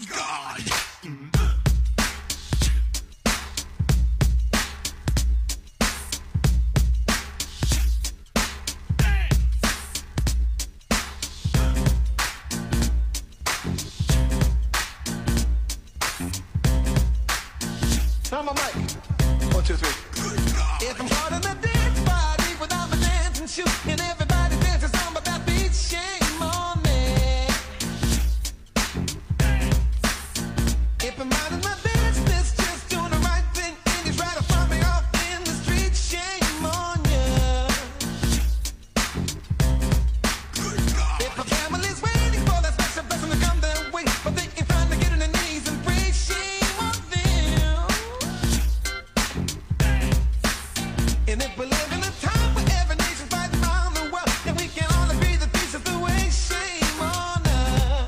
Turn my mic. 1, 2, 3. If I'm caught in a dance party without my dancing shoes and everybody dances on my that beat, shame on me. If I'm out in my business, just doing the right thing, and you try to find me off in the street, shame on you. If my family's waiting for that special blessing to come their way, but they ain't trying to get on their knees and pray, shame on them. And if we live in a time where every nation's fighting around the world, and we can all agree that peace is the way, shame on us.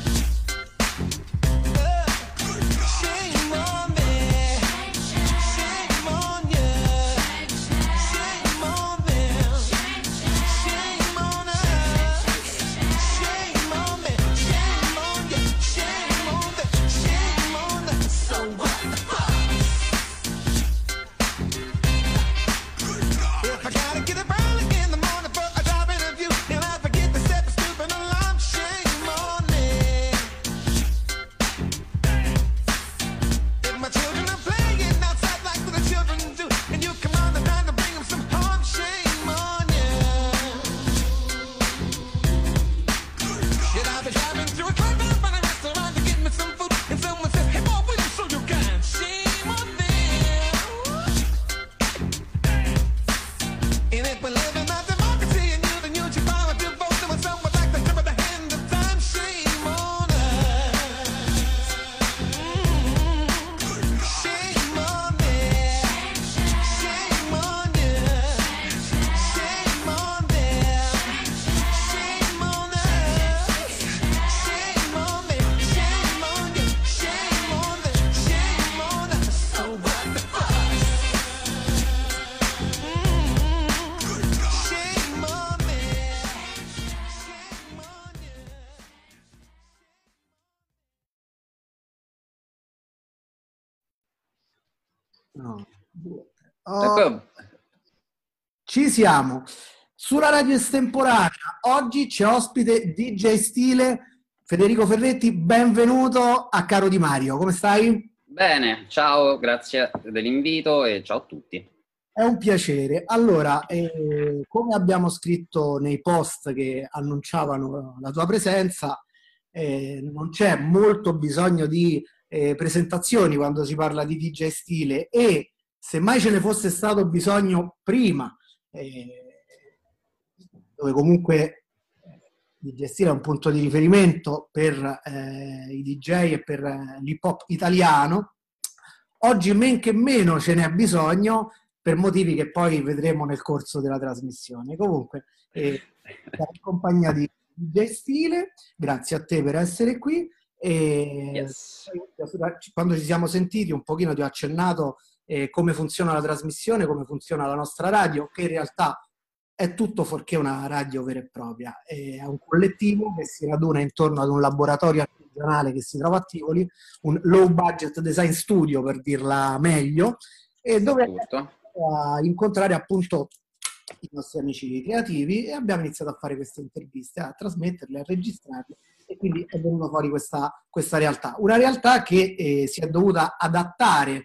Shame on me. Shame on you. Shame on them. Shame on us. Shame on me. Shame on you. Shame on them. Shame on us. So what the fuck? If I gotta get up early in the morning for a job interview, and I forget to set the stupid alarm, shame on me. If my children are playing outside like the children do, and you come on the time to bring them some harm, shame on you. Should I be driving through a drive-in by a restaurant to get me some food, and someone says, hey boy, will you show your kind? Shame on them. And if we live in a democracy and you then use your power to vote, then when someone like the tip of the hand of time, shame on us. Shame on me. Shame on you. Shame on them. Shame on us. Shame on me. Shame on you. Shame on them. Shame on us. So what the fuck? Shame on me. Shame on you. No. Ecco, Ci siamo. Sulla radio estemporanea, oggi c'è ospite DJ Stile, Federico Ferretti, benvenuto a Caro Di Mario, come stai? bene, ciao, grazie dell'invito e ciao a tutti. È un piacere. Allora, come abbiamo scritto nei post che annunciavano la tua presenza, non c'è molto bisogno di presentazioni quando si parla di DJ Stile, e se mai ce ne fosse stato bisogno prima, dove comunque DJ Stile è un punto di riferimento per i DJ e per l'hip hop italiano, oggi men che meno ce n'è bisogno, per motivi che poi vedremo nel corso della trasmissione. Comunque, siamo in compagnia di DJ Stile, grazie a te per essere qui. E Yes. quando ci siamo sentiti un pochino ti ho accennato come funziona la trasmissione, come funziona la nostra radio, che in realtà è tutto fuorché una radio vera e propria. È un collettivo che si raduna intorno ad un laboratorio artigianale che si trova a Tivoli, un low budget design studio per dirla meglio, e dove Tutto. a incontrare appunto i nostri amici creativi, e abbiamo iniziato a fare queste interviste, a trasmetterle, a registrarle, e quindi è venuta fuori questa realtà. Una realtà che si è dovuta adattare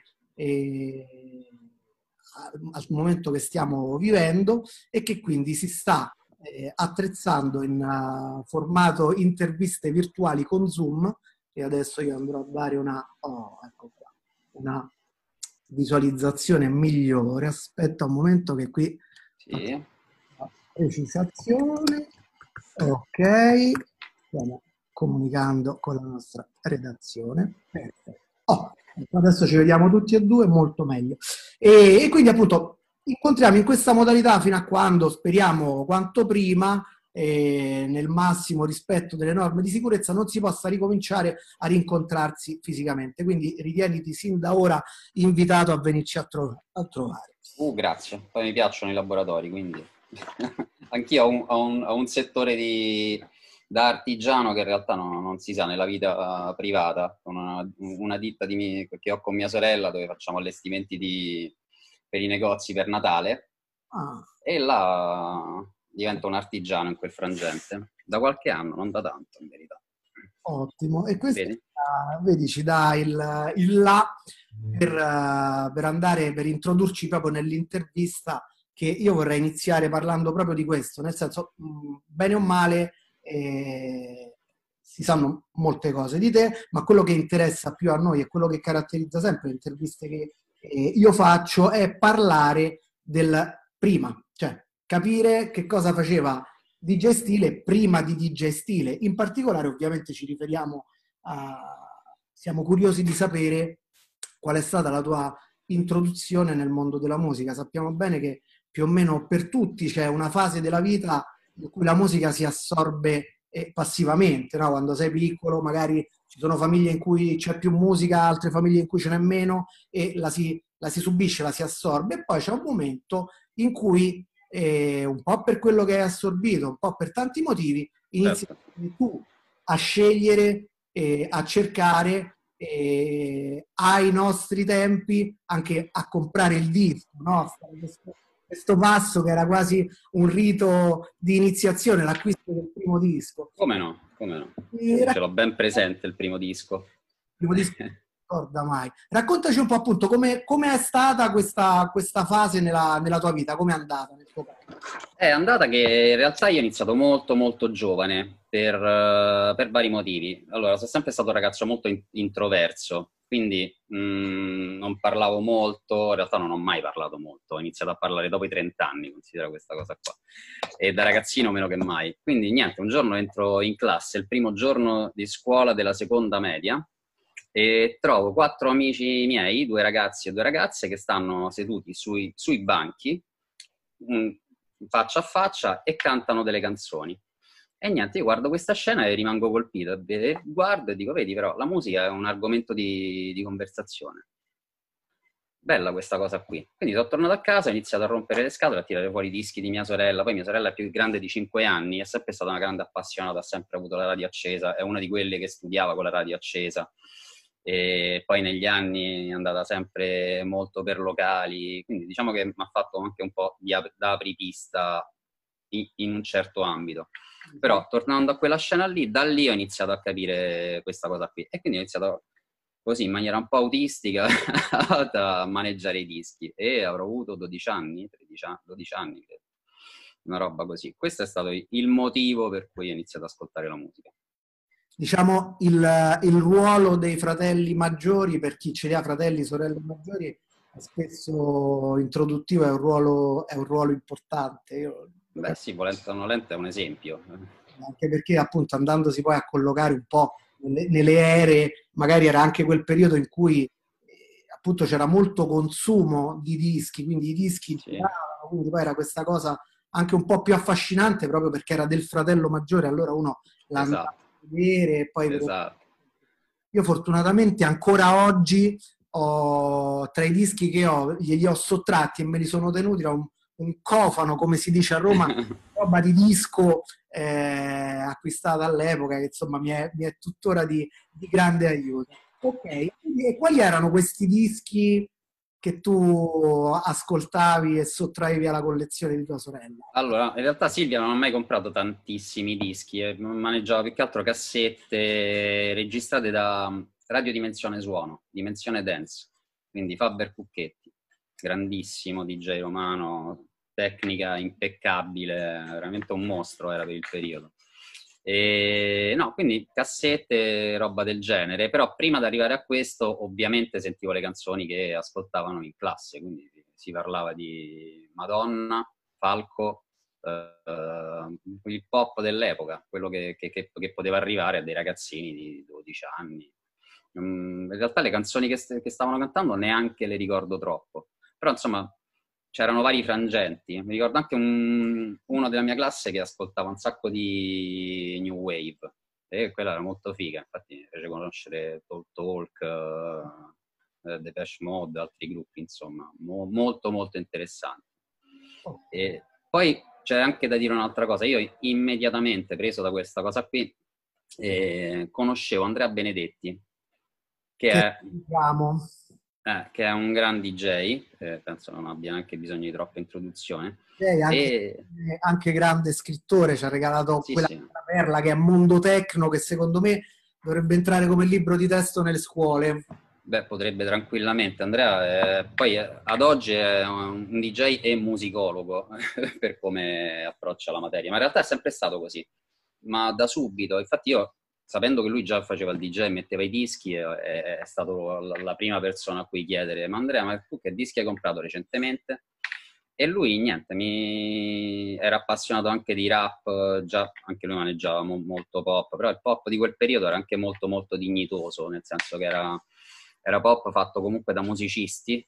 al momento che stiamo vivendo, e che quindi si sta attrezzando in formato interviste virtuali con Zoom, e adesso io andrò a dare ecco qua, una visualizzazione migliore. Aspetta un momento che qui Sì. precisazione. Ok, stiamo comunicando con la nostra redazione. Perfetto. Adesso ci vediamo tutti e due, molto meglio. E quindi appunto incontriamo in questa modalità fino a quando, speriamo quanto prima, nel massimo rispetto delle norme di sicurezza, non si possa ricominciare a rincontrarsi fisicamente. Quindi ritieniti sin da ora invitato a venirci a trovare. Grazie. Poi mi piacciono i laboratori, quindi anch'io ho un settore di da artigiano che in realtà non si sa nella vita privata, con una ditta che ho con mia sorella dove facciamo allestimenti per i negozi per Natale, Ah, e là divento un artigiano in quel frangente, da qualche anno, non da tanto in verità. ottimo. E questo, Vedi? vedi, ci dà il là per andare, per introdurci proprio nell'intervista che io vorrei iniziare parlando proprio di questo, nel senso, bene o male, si sanno molte cose di te, ma quello che interessa più a noi e quello che caratterizza sempre le interviste che io faccio è parlare del prima, cioè capire che cosa faceva DJ Stile prima di DJ Stile. In particolare, ovviamente, ci riferiamo a... Siamo curiosi di sapere qual è stata la tua introduzione nel mondo della musica. Sappiamo bene che più o meno per tutti c'è una fase della vita in cui la musica si assorbe passivamente, no? Quando sei piccolo magari ci sono famiglie in cui c'è più musica, altre famiglie in cui ce n'è meno e la si subisce, la si assorbe e poi c'è un momento in cui un po' per quello che hai assorbito, un po' per tanti motivi, inizi Certo. tu a scegliere, a cercare ai nostri tempi anche a comprare il disco, no? Questo passo che era quasi un rito di iniziazione, l'acquisto del primo disco. Come no? Come no? E Ce l'ho ben presente il primo disco. primo disco non ricorda mai. Raccontaci un po' appunto come è stata questa fase nella tua vita, come è andata nel tuo caso. È andata che in realtà io ho iniziato molto molto giovane per vari motivi. Allora, sono sempre stato un ragazzo molto introverso, quindi non parlavo molto, in realtà non ho mai parlato molto, ho iniziato a parlare dopo i 30 anni, considera questa cosa qua, e da ragazzino meno che mai. Quindi niente, un giorno entro in classe, il primo giorno di scuola della seconda media, e trovo 4 amici miei, 2 ragazzi e 2 ragazze, che stanno seduti sui banchi, faccia a faccia, e cantano delle canzoni. E niente, io guardo questa scena e rimango colpito, e guardo e dico, vedi però, la musica è un argomento di conversazione. Bella questa cosa qui. Quindi sono tornato a casa, ho iniziato a rompere le scatole, a tirare fuori i dischi di mia sorella. Poi mia sorella è più grande di 5 anni, è sempre stata una grande appassionata, ha sempre avuto la radio accesa, è una di quelle che studiava con la radio accesa. E poi negli anni è andata sempre molto per locali, quindi diciamo che mi ha fatto anche un po' da apripista in un certo ambito. Però tornando a quella scena lì, da lì ho iniziato a capire questa cosa qui, e quindi ho iniziato così in maniera un po' autistica a maneggiare i dischi, e avrò avuto 12 anni, 13 anni, 12 anni, credo. Una roba così. Questo è stato il motivo per cui ho iniziato ad ascoltare la musica. Diciamo il ruolo dei fratelli maggiori, per chi ce li ha fratelli, sorelle maggiori, è spesso introduttivo, è un ruolo importante. Beh sì, volente o nolente è un esempio. Anche perché appunto andandosi poi a collocare un po' nelle ere, magari era anche quel periodo in cui appunto c'era molto consumo di dischi, quindi i dischi Sì, giravano, quindi poi era questa cosa anche un po' più affascinante proprio perché era del fratello maggiore, allora uno la andava esatto, a vedere e poi esatto. io fortunatamente ancora oggi tra i dischi che ho, glieli ho sottratti e me li sono tenuti, ho un cofano, come si dice a Roma, roba di disco acquistata all'epoca, che insomma mi è tuttora di grande aiuto. Ok, e quali erano questi dischi che tu ascoltavi e sottraevi alla collezione di tua sorella? Allora, in realtà Silvia non ha mai comprato tantissimi dischi, maneggiava più che altro cassette registrate da Radio Dimensione Suono, Dimensione Dance, quindi Faber Cucchetti, grandissimo DJ romano, tecnica impeccabile, veramente un mostro era per il periodo. E, no, quindi cassette, roba del genere, però prima di arrivare a questo ovviamente sentivo le canzoni che ascoltavano in classe, quindi si parlava di Madonna, Falco, il pop dell'epoca, quello che poteva arrivare a dei ragazzini di 12 anni. In realtà le canzoni che stavano cantando neanche le ricordo troppo, però insomma c'erano vari frangenti. Mi ricordo anche uno della mia classe che ascoltava un sacco di New Wave, e quella era molto figa, infatti mi fece conoscere Talk, Depeche Mode, altri gruppi, insomma, molto molto interessanti. E poi c'è anche da dire un'altra cosa. Io immediatamente, preso da questa cosa qui, conoscevo Andrea Benedetti, che Che è, diciamo, che è un gran DJ, penso non abbia neanche bisogno di troppa introduzione. lei è anche, E anche grande scrittore, ci ha regalato sì, quella sì. perla che è Mondo Tecno, che secondo me dovrebbe entrare come libro di testo nelle scuole. Beh, potrebbe tranquillamente. Andrea, poi ad oggi è un DJ e musicologo per come approccia la materia, ma in realtà è sempre stato così, ma da subito. Infatti io, sapendo che lui già faceva il DJ, metteva i dischi, è stato la prima persona a cui chiedere: ma Andrea, ma tu che dischi hai comprato recentemente? E lui, niente, mi era appassionato anche di rap, già anche lui maneggiava molto pop, però il pop di quel periodo era anche molto molto dignitoso, nel senso che era pop fatto comunque da musicisti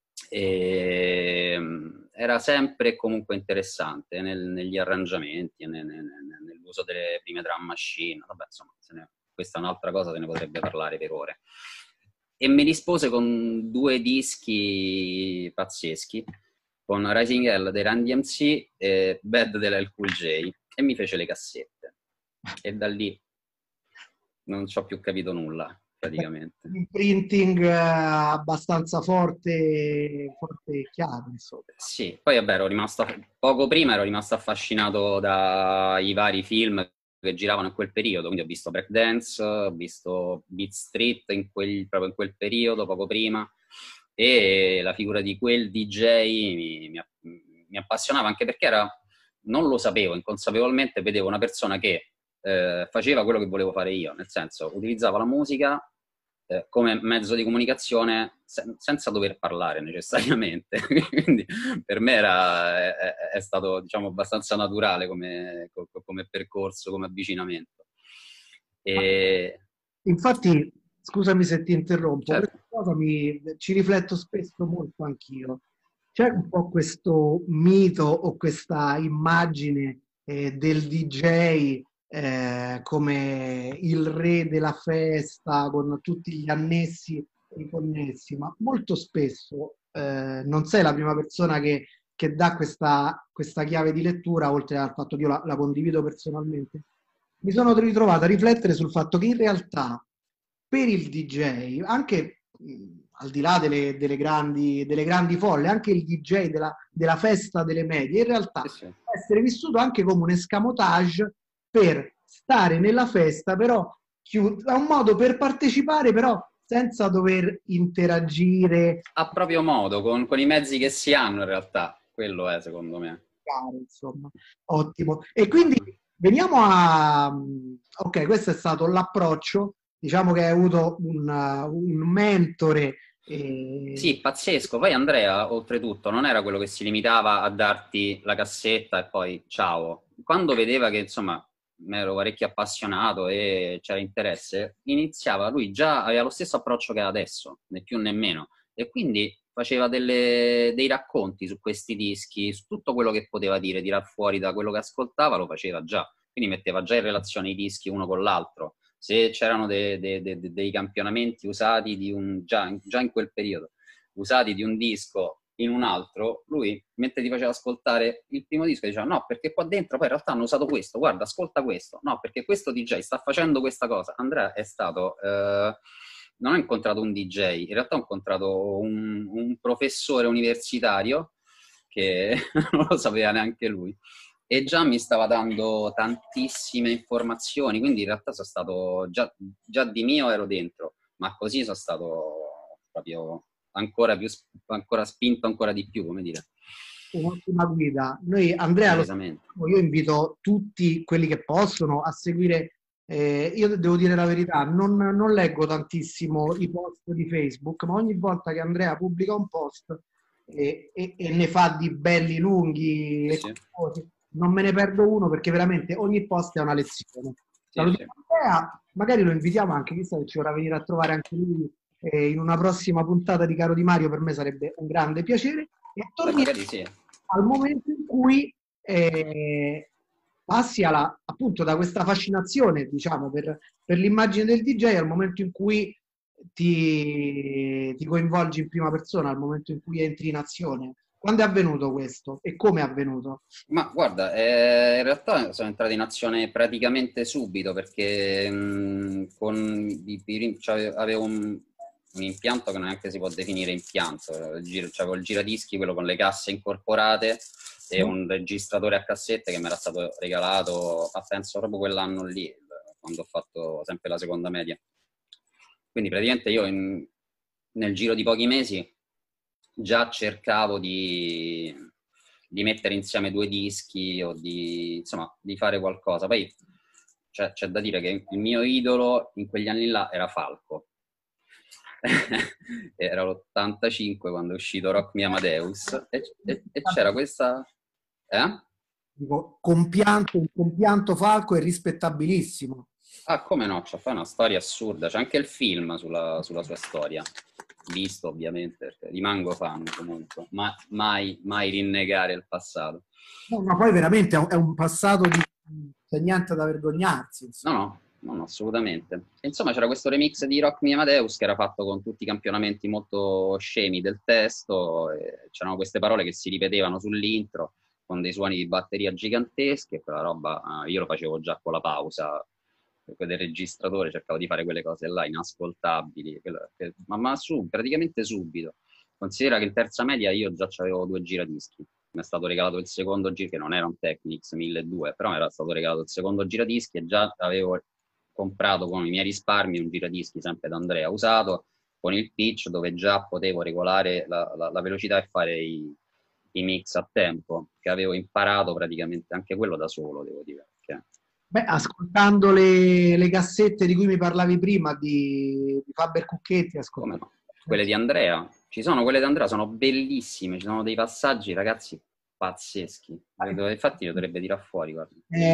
e era sempre comunque interessante negli arrangiamenti, nell'uso delle prime drum machine. Vabbè, insomma, questa è un'altra cosa, se ne potrebbe parlare per ore. E mi rispose con 2 dischi pazzeschi, con Rising Hell dei Run DMC e Bad dell'L Cool J, e mi fece le cassette. E da lì non ci ho più capito nulla, praticamente. Un printing abbastanza forte, forte e chiaro, insomma. Sì, poi vabbè, poco prima ero rimasto affascinato dai vari film che giravano in quel periodo, quindi ho visto Breakdance, ho visto Beat Street proprio in quel periodo, poco prima, e la figura di quel DJ mi appassionava, anche perché non lo sapevo, inconsapevolmente vedevo una persona che faceva quello che volevo fare io, nel senso, utilizzava la musica come mezzo di comunicazione senza dover parlare necessariamente. Quindi per me è stato, diciamo, abbastanza naturale come percorso, come avvicinamento. Infatti, scusami se ti interrompo, Certo. questa cosa ci rifletto spesso molto anch'io. C'è un po' questo mito o questa immagine del DJ come il re della festa, con tutti gli annessi e i connessi, ma molto spesso non sei la prima persona che dà questa chiave di lettura, oltre al fatto che io la condivido personalmente. Mi sono ritrovato a riflettere sul fatto che in realtà per il DJ, anche al di là delle grandi folle, anche il DJ della festa delle medie, in realtà Sì, sì. può essere vissuto anche come un escamotage per stare nella festa, però è un modo per partecipare, però senza dover interagire. A proprio modo, con i mezzi che si hanno in realtà, quello è secondo me. Insomma, ottimo. E quindi veniamo a... Ok, questo è stato l'approccio. Diciamo che hai avuto un mentore. Sì, pazzesco. Poi Andrea, oltretutto, non era quello che si limitava a darti la cassetta e poi ciao. Quando vedeva che, insomma, mi ero parecchio appassionato e c'era interesse, iniziava, lui già aveva lo stesso approccio che ha adesso, né più né meno, e quindi faceva dei racconti su questi dischi, su tutto quello che poteva dire, tirar fuori da quello che ascoltava, lo faceva già. Quindi metteva già in relazione i dischi uno con l'altro. Se c'erano dei campionamenti usati già in quel periodo, usati di un disco in un altro, lui, mentre ti faceva ascoltare il primo disco, diceva no, perché qua dentro poi in realtà hanno usato questo, guarda, ascolta questo, no, perché questo DJ sta facendo questa cosa. Andrea è stato... non ho incontrato un DJ, in realtà ho incontrato un professore universitario che non lo sapeva neanche lui, e già mi stava dando tantissime informazioni, quindi in realtà sono stato, già di mio ero dentro, ma così sono stato proprio ancora spinto ancora di più, come dire. Un'ottima guida. Noi, Andrea, io invito tutti quelli che possono a seguire. Io devo dire la verità, non leggo tantissimo i post di Facebook, ma ogni volta che Andrea pubblica un post e ne fa di belli lunghi, Sì. non me ne perdo uno, perché veramente ogni post è una lezione. Salutiamo Andrea, magari lo invitiamo anche, chissà che ci vorrà venire a trovare anche lui in una prossima puntata di Caro Di Mario, per me sarebbe un grande piacere. E torniamo al momento in cui passi appunto da questa fascinazione, diciamo, per l'immagine del DJ, al momento in cui ti coinvolgi in prima persona, al momento in cui entri in azione. Quando è avvenuto questo e come è avvenuto? Ma guarda, in realtà sono entrato in azione praticamente subito perché con cioè, avevo un impianto che neanche si può definire impianto, c'avevo il giradischi, quello con le casse incorporate e un registratore a cassette che mi era stato regalato, ma penso proprio quell'anno lì, quando ho fatto sempre la seconda media. Quindi praticamente io nel giro di pochi mesi già cercavo di mettere insieme due dischi o insomma, di fare qualcosa. Poi c'è da dire che il mio idolo in quegli anni là era Falco. Era l'85 quando è uscito Rock Me Amadeus e c'era questa... Dico, un compianto Falco è rispettabilissimo. Ah, come no, c'è una storia assurda, c'è anche il film sulla sua storia, visto ovviamente, perché rimango fan comunque, ma mai rinnegare il passato. No, ma poi veramente è un passato di c'è niente da vergognarsi. Insomma. No, assolutamente. E insomma c'era questo remix di Rock Me Amadeus che era fatto con tutti i campionamenti molto scemi del testo, e c'erano queste parole che si ripetevano sull'intro con dei suoni di batteria giganteschi e quella roba io lo facevo già con la pausa del registratore, cercavo di fare quelle cose là inascoltabili, ma praticamente subito. Considera che in terza media io già avevo 2 giradischi, mi è stato regalato il secondo giro, che non era un Technics 1200, però mi era stato regalato il secondo giradischi e già avevo comprato con i miei risparmi un giradischi sempre da Andrea usato, con il pitch dove già potevo regolare la velocità e fare i mix a tempo, che avevo imparato praticamente anche quello da solo, devo dire. Perché... Beh, ascoltando le cassette di cui mi parlavi prima, di Faber Cucchetti, come no? Quelle di Andrea, quelle di Andrea sono bellissime, ci sono dei passaggi, ragazzi, pazzeschi. Infatti lo dovrebbe tirare fuori, guarda.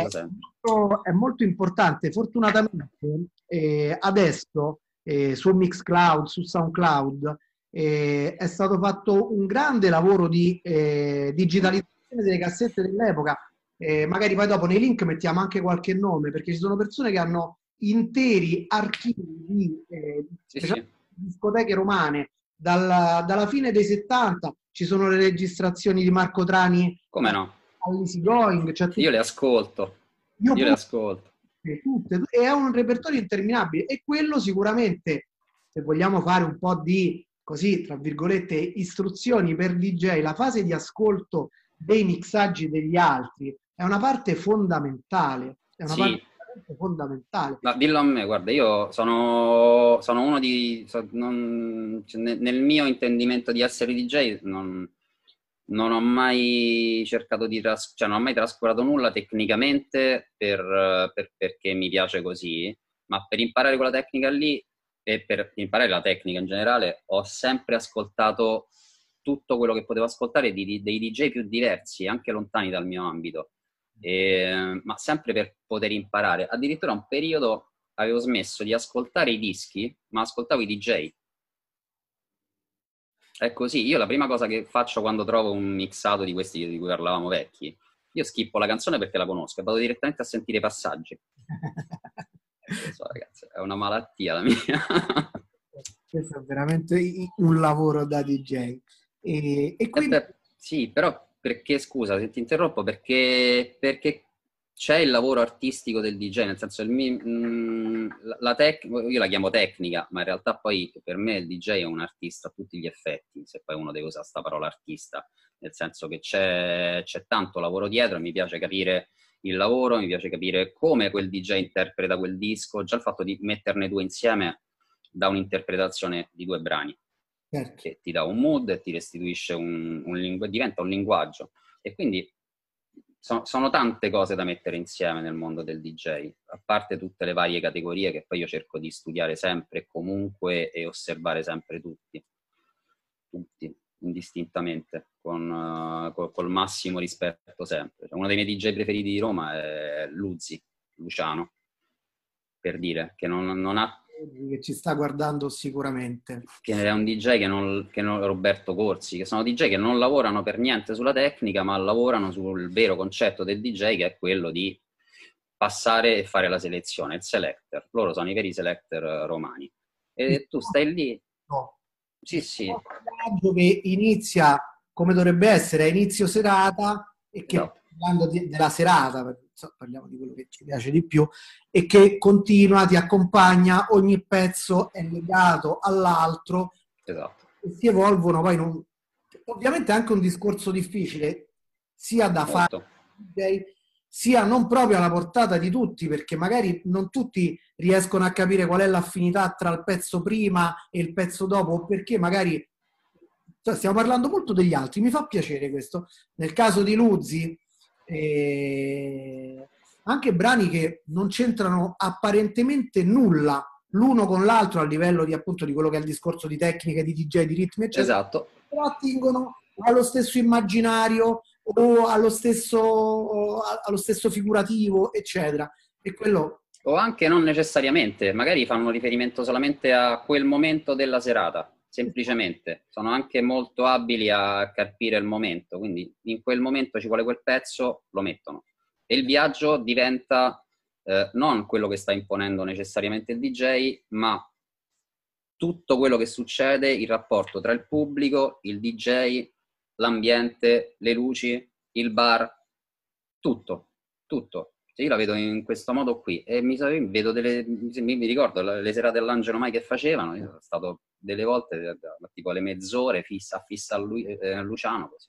È molto importante. Fortunatamente adesso su Mixcloud, su SoundCloud, è stato fatto un grande lavoro di digitalizzazione delle cassette dell'epoca. Magari poi dopo nei link mettiamo anche qualche nome, perché ci sono persone che hanno interi archivi di discoteche romane dalla fine dei 70. Ci sono le registrazioni di Marco Trani. Come no? All'Easy Going, cioè io le ascolto. Io le ascolto. Tutte, è un repertorio interminabile e quello sicuramente, se vogliamo fare un po' di, così, tra virgolette, istruzioni per DJ, la fase di ascolto dei mixaggi degli altri è una parte fondamentale. È una parte fondamentale. Ma dillo a me, guarda, io sono uno nel mio intendimento di essere DJ non ho mai cercato non ho mai trascurato nulla tecnicamente perché mi piace così, ma per imparare quella tecnica lì e per imparare la tecnica in generale ho sempre ascoltato tutto quello che potevo ascoltare dei DJ più diversi, anche lontani dal mio ambito. Ma sempre per poter imparare. Addirittura un periodo avevo smesso di ascoltare i dischi, ma ascoltavo i DJ. È così. Io la prima cosa che faccio quando trovo un mixato di questi di cui parlavamo vecchi, io schippo la canzone perché la conosco e vado direttamente a sentire i passaggi. So, ragazzi, è una malattia la mia. Questo è veramente un lavoro da DJ. E quindi... sì, però perché, scusa se ti interrompo, perché c'è il lavoro artistico del DJ, nel senso io la chiamo tecnica, ma in realtà poi per me il DJ è un artista a tutti gli effetti, se poi uno deve usare sta parola artista, nel senso che c'è tanto lavoro dietro e mi piace capire il lavoro, mi piace capire come quel DJ interpreta quel disco, già il fatto di metterne 2 insieme dà un'interpretazione di 2 brani. Che ti dà un mood e ti restituisce diventa un linguaggio. E quindi sono tante cose da mettere insieme nel mondo del DJ, a parte tutte le varie categorie che poi io cerco di studiare sempre e comunque e osservare sempre tutti, indistintamente, col massimo rispetto sempre. Cioè, uno dei miei DJ preferiti di Roma è Luciano, per dire, che non ha... che ci sta guardando sicuramente. Che è un DJ che non Roberto Corsi, che sono DJ che non lavorano per niente sulla tecnica, ma lavorano sul vero concetto del DJ, che è quello di passare e fare la selezione, il selector. Loro sono i veri selector romani. E tu stai lì... No. Sì. Un viaggio che inizia come dovrebbe essere a inizio serata e che, Esatto. parlando della serata, perché, parliamo di quello che ci piace di più, e che continua, ti accompagna, ogni pezzo è legato all'altro Esatto. e si evolvono poi ovviamente è anche un discorso difficile sia da fare Molto. DJ, sia non proprio alla portata di tutti, perché magari non tutti riescono a capire qual è l'affinità tra il pezzo prima e il pezzo dopo, o perché magari stiamo parlando molto degli altri, mi fa piacere questo. Nel caso di Luzzi, anche brani che non c'entrano apparentemente nulla l'uno con l'altro a livello di appunto di quello che è il discorso di tecnica, di DJ, di ritmi, eccetera, Esatto. però attingono allo stesso immaginario o allo stesso figurativo, eccetera. E quello O anche non necessariamente, magari fanno riferimento solamente a quel momento della serata, semplicemente. Sono anche molto abili a capire il momento, quindi in quel momento ci vuole quel pezzo, lo mettono. E il viaggio diventa non quello che sta imponendo necessariamente il DJ, ma tutto quello che succede, il rapporto tra il pubblico, il DJ, l'ambiente, le luci, il bar, tutto, tutto. Io la vedo in questo modo qui e vedo mi ricordo le serate all'Angelo Mai che facevano, io sono stato delle volte tipo alle mezz'ore fissa a Luciano così.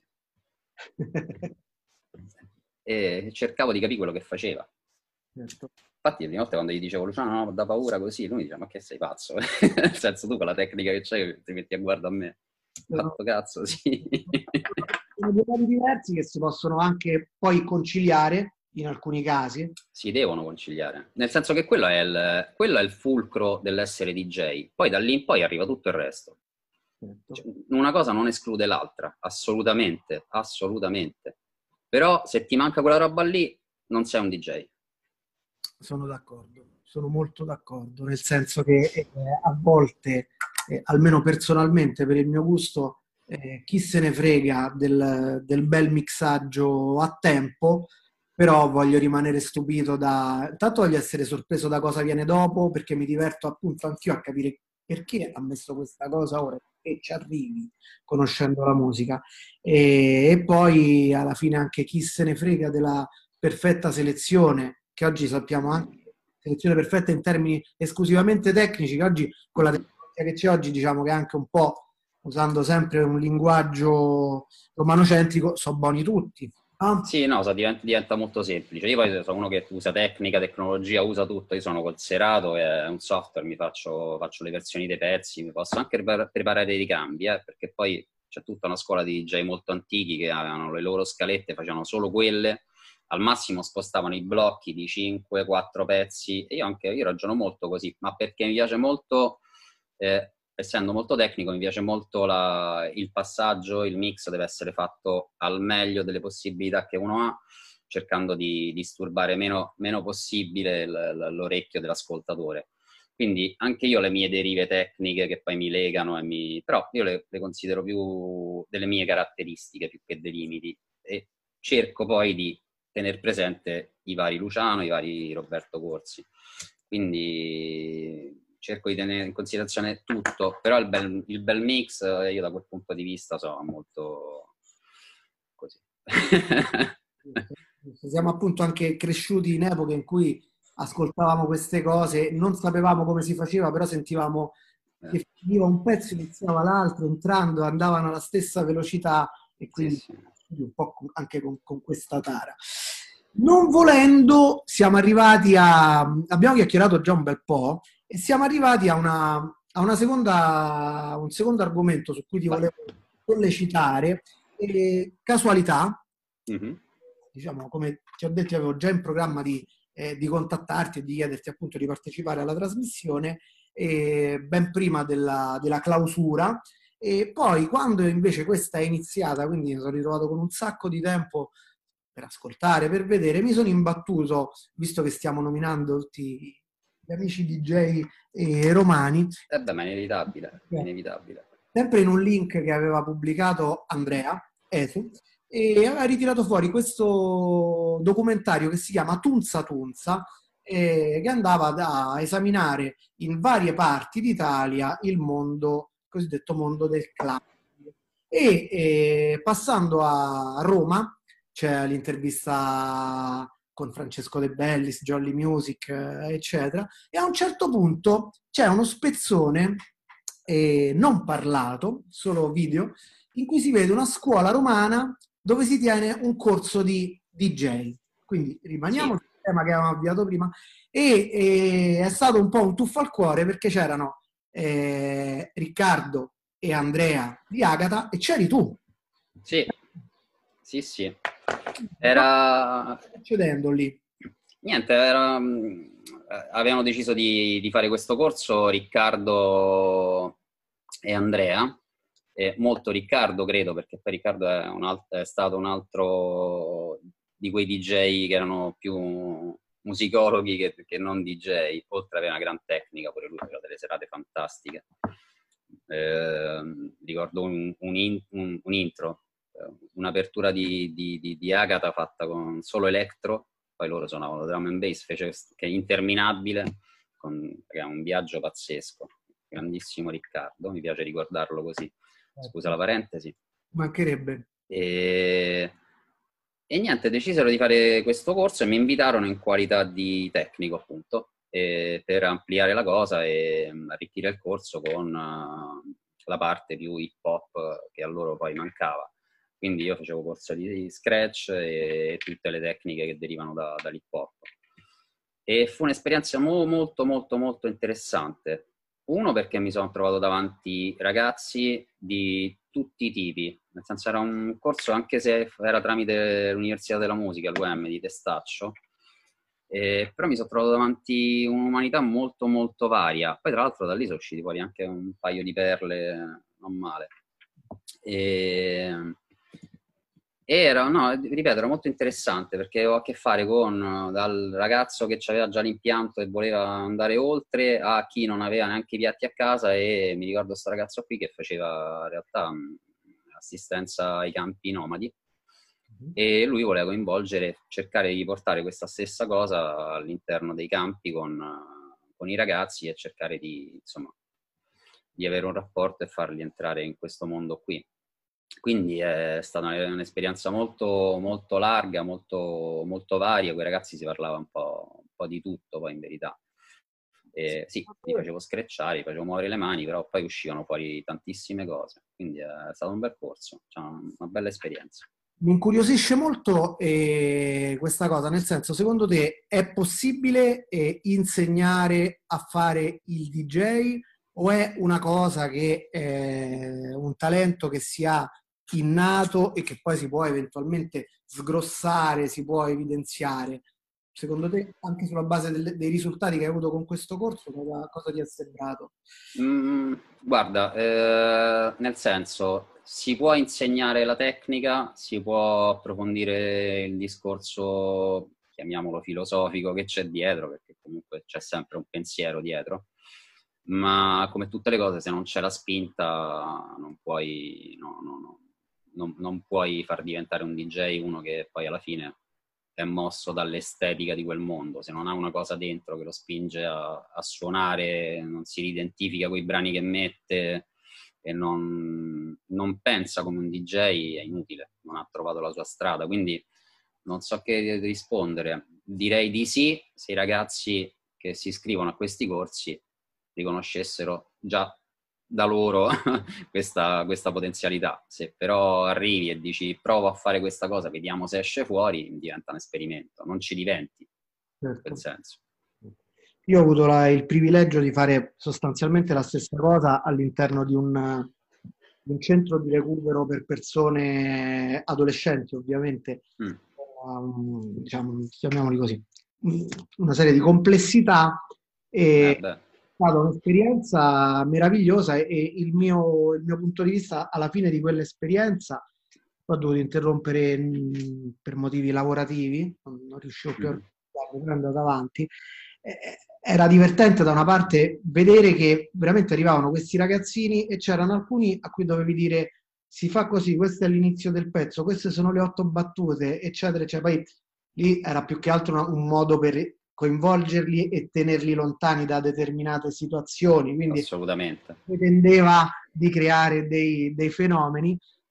E cercavo di capire quello che faceva. certo. Infatti le volte quando gli dicevo Luciano no, da paura così, lui mi diceva ma che sei pazzo? Nel senso tu con la tecnica che c'hai ti metti a guardo a me. Fatto cazzo, sì. Sono due modi diversi che si possono anche poi conciliare in alcuni casi. Si devono conciliare, nel senso che quello è il fulcro dell'essere DJ, poi da lì in poi arriva tutto il resto. Certo. Cioè, una cosa non esclude l'altra, assolutamente, assolutamente. Però se ti manca quella roba lì, non sei un DJ. Sono d'accordo, sono molto d'accordo, nel senso che a volte, almeno personalmente per il mio gusto, chi se ne frega del bel mixaggio a tempo, però voglio rimanere stupito tanto voglio essere sorpreso da cosa viene dopo, perché mi diverto appunto anch'io a capire perché ha messo questa cosa ora e ci arrivi conoscendo la musica. E poi alla fine anche chi se ne frega della perfetta selezione, che oggi sappiamo anche selezione perfetta in termini esclusivamente tecnici, che oggi con la tecnologia che c'è oggi diciamo che anche un po', usando sempre un linguaggio romanocentrico, sono buoni tutti. Ah, Sì, no, diventa molto semplice. Io poi sono uno che usa tecnica, tecnologia, usa tutto. Io sono col Serato, è un software, faccio le versioni dei pezzi, mi posso anche preparare dei ricambi, perché poi c'è tutta una scuola di DJ molto antichi che avevano le loro scalette, facevano solo quelle, al massimo spostavano i blocchi di 5-4 pezzi, e io ragiono molto così, ma perché mi piace molto, essendo molto tecnico, mi piace molto il passaggio, il mix deve essere fatto al meglio delle possibilità che uno ha, cercando di disturbare meno possibile l'orecchio dell'ascoltatore. Quindi anche io ho le mie derive tecniche che poi mi legano, però io le considero più delle mie caratteristiche più che dei limiti, e cerco poi di tenere presente i vari Luciano, i vari Roberto Corsi. Quindi cerco di tenere in considerazione tutto, però il bel mix, io da quel punto di vista sono molto così. siamo appunto anche cresciuti in epoche in cui ascoltavamo queste cose, non sapevamo come si faceva, però sentivamo che finiva un pezzo, iniziava l'altro, entrando, andavano alla stessa velocità, e quindi Sì. un po' anche con questa tara. Non volendo, siamo arrivati abbiamo chiacchierato già un bel po' e siamo arrivati a un secondo argomento su cui ti volevo sollecitare, casualità. Mm-hmm. Diciamo, come ti ho detto, avevo già in programma di contattarti e di chiederti appunto di partecipare alla trasmissione ben prima della clausura, e poi quando invece questa è iniziata, quindi mi sono ritrovato con un sacco di tempo per ascoltare, per vedere, mi sono imbattuto, visto che stiamo nominando tutti gli amici DJ romani, Ma è inevitabile, è inevitabile. sempre in un link che aveva pubblicato Andrea Esu, e aveva ritirato fuori questo documentario che si chiama Tunza Tunza, che andava a esaminare in varie parti d'Italia il cosiddetto mondo del club. Passando a Roma, c'è l'intervista con Francesco De Bellis, Jolly Music, eccetera, e a un certo punto c'è uno spezzone non parlato, solo video, in cui si vede una scuola romana dove si tiene un corso di DJ. Quindi rimaniamo Sì. sul tema che avevamo avviato prima, e è stato un po' un tuffo al cuore perché c'erano Riccardo e Andrea di Agata e c'eri tu. Sì, sì. Cosa Era... sta succedendo lì? Niente, avevano deciso di fare questo corso Riccardo e Andrea, molto Riccardo credo, perché poi Riccardo è stato un altro di quei DJ che erano più musicologi che non DJ, oltre ad avere una gran tecnica, pure lui aveva delle serate fantastiche. Ricordo un intro, un'apertura di Agata fatta con solo electro, poi loro suonavano drum and bass, che è interminabile, che è un viaggio pazzesco. Grandissimo Riccardo, mi piace ricordarlo così. Scusa la parentesi. Mancherebbe. E niente, decisero di fare questo corso e mi invitarono in qualità di tecnico, appunto, per ampliare la cosa e arricchire il corso con la parte più hip hop che a loro poi mancava. Quindi io facevo corso di scratch e tutte le tecniche che derivano dall'hip hop. E fu un'esperienza molto interessante. Uno, perché mi sono trovato davanti ragazzi di tutti i tipi, nel senso era un corso, anche se era tramite l'Università della Musica, l'UM di Testaccio, però mi sono trovato davanti un'umanità molto varia. Poi tra l'altro da lì sono usciti fuori anche un paio di perle non male. No, ripeto, era molto interessante perché ho a che fare con dal ragazzo che aveva già l'impianto e voleva andare oltre a chi non aveva neanche i piatti a casa, e mi ricordo questo ragazzo qui che faceva in realtà assistenza ai campi nomadi, e lui voleva coinvolgere, cercare di portare questa stessa cosa all'interno dei campi con i ragazzi e cercare di avere un rapporto e farli entrare in questo mondo qui. Quindi è stata un'esperienza molto larga, molto varia. Con i ragazzi si parlava un po' di tutto, poi in verità. Sì, li facevo screcciare, li facevo muovere le mani, però poi uscivano fuori tantissime cose. Quindi è stato un bel corso, cioè una bella esperienza. Mi incuriosisce molto questa cosa, nel senso, secondo te è possibile insegnare a fare il DJ, o è una cosa che è un talento che si ha innato e che poi si può eventualmente sgrossare, si può evidenziare? Secondo te, anche sulla base dei risultati che hai avuto con questo corso, cosa ti è sembrato? Guarda, nel senso, si può insegnare la tecnica, si può approfondire il discorso, chiamiamolo filosofico, che c'è dietro, perché comunque c'è sempre un pensiero dietro, ma come tutte le cose, se non c'è la spinta non puoi, non puoi far diventare un DJ uno che poi alla fine è mosso dall'estetica di quel mondo. Se non ha una cosa dentro che lo spinge a suonare, non si identifica con i brani che mette e non pensa come un DJ, è inutile, non ha trovato la sua strada. Quindi non so che rispondere. Direi di sì, se i ragazzi che si iscrivono a questi corsi riconoscessero già da loro questa potenzialità. Se però arrivi e dici provo a fare questa cosa, vediamo se esce fuori, diventa un esperimento, non ci diventi, in quel senso. Io ho avuto il privilegio di fare sostanzialmente la stessa cosa all'interno di un centro di recupero per persone adolescenti, ovviamente, diciamo, chiamiamoli così, una serie di complessità, e è stata un'esperienza meravigliosa, e il mio punto di vista alla fine di quell'esperienza, ho dovuto interrompere per motivi lavorativi, non riuscivo più a andare avanti. Era divertente da una parte vedere che veramente arrivavano questi ragazzini e c'erano alcuni a cui dovevi dire si fa così, questo è l'inizio del pezzo, queste sono le 8 battute, eccetera, eccetera. Poi lì era più che altro un modo per coinvolgerli e tenerli lontani da determinate situazioni, quindi assolutamente pretendeva di creare dei fenomeni,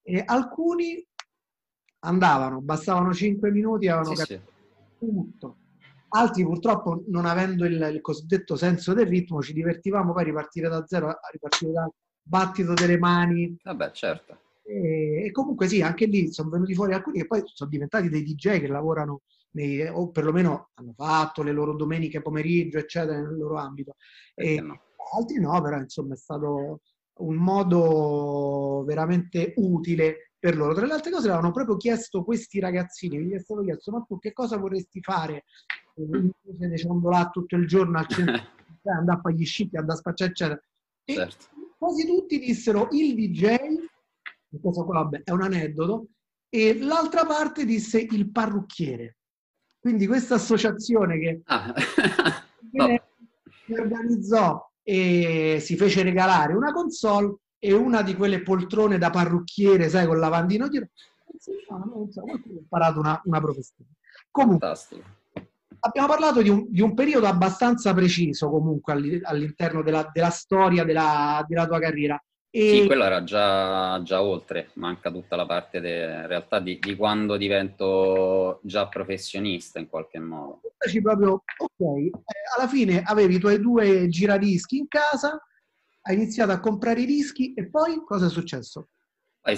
E alcuni andavano, bastavano 5 minuti e avevano Sì, capito sì. tutto. Altri purtroppo, non avendo il cosiddetto senso del ritmo, ci divertivamo poi a ripartire da zero, a ripartire dal battito delle mani. Vabbè, certo. E comunque sì, anche lì sono venuti fuori alcuni che poi sono diventati dei DJ che lavorano o perlomeno hanno fatto le loro domeniche pomeriggio, eccetera, nel loro ambito. Perché E no? altri no, però insomma è stato un modo veramente utile per loro. Tra le altre cose, avevano proprio chiesto questi ragazzini, gli è stato chiesto: ma tu che cosa vorresti fare invece di ciondolare tutto il giorno al centro, andare a fare gli scippi, andare a spacciare, eccetera. E Certo. quasi tutti dissero il DJ, questo qua vabbè, è un aneddoto, e l'altra parte disse il parrucchiere. Quindi questa associazione che Ah, viene- vabbè. si organizzò e si fece regalare una console e una di quelle poltrone da parrucchiere, sai, con lavandino dietro. Non so, qualcuno ha imparato una professione. Comunque, Fantastico. abbiamo parlato di un periodo abbastanza preciso comunque all'interno della storia della tua carriera. Sì, E quello era già oltre, manca tutta la parte in realtà di quando divento già professionista in qualche modo. ci proprio, ok, alla fine avevi i tuoi 2 giradischi in casa, hai iniziato a comprare i dischi e poi cosa è successo? Poi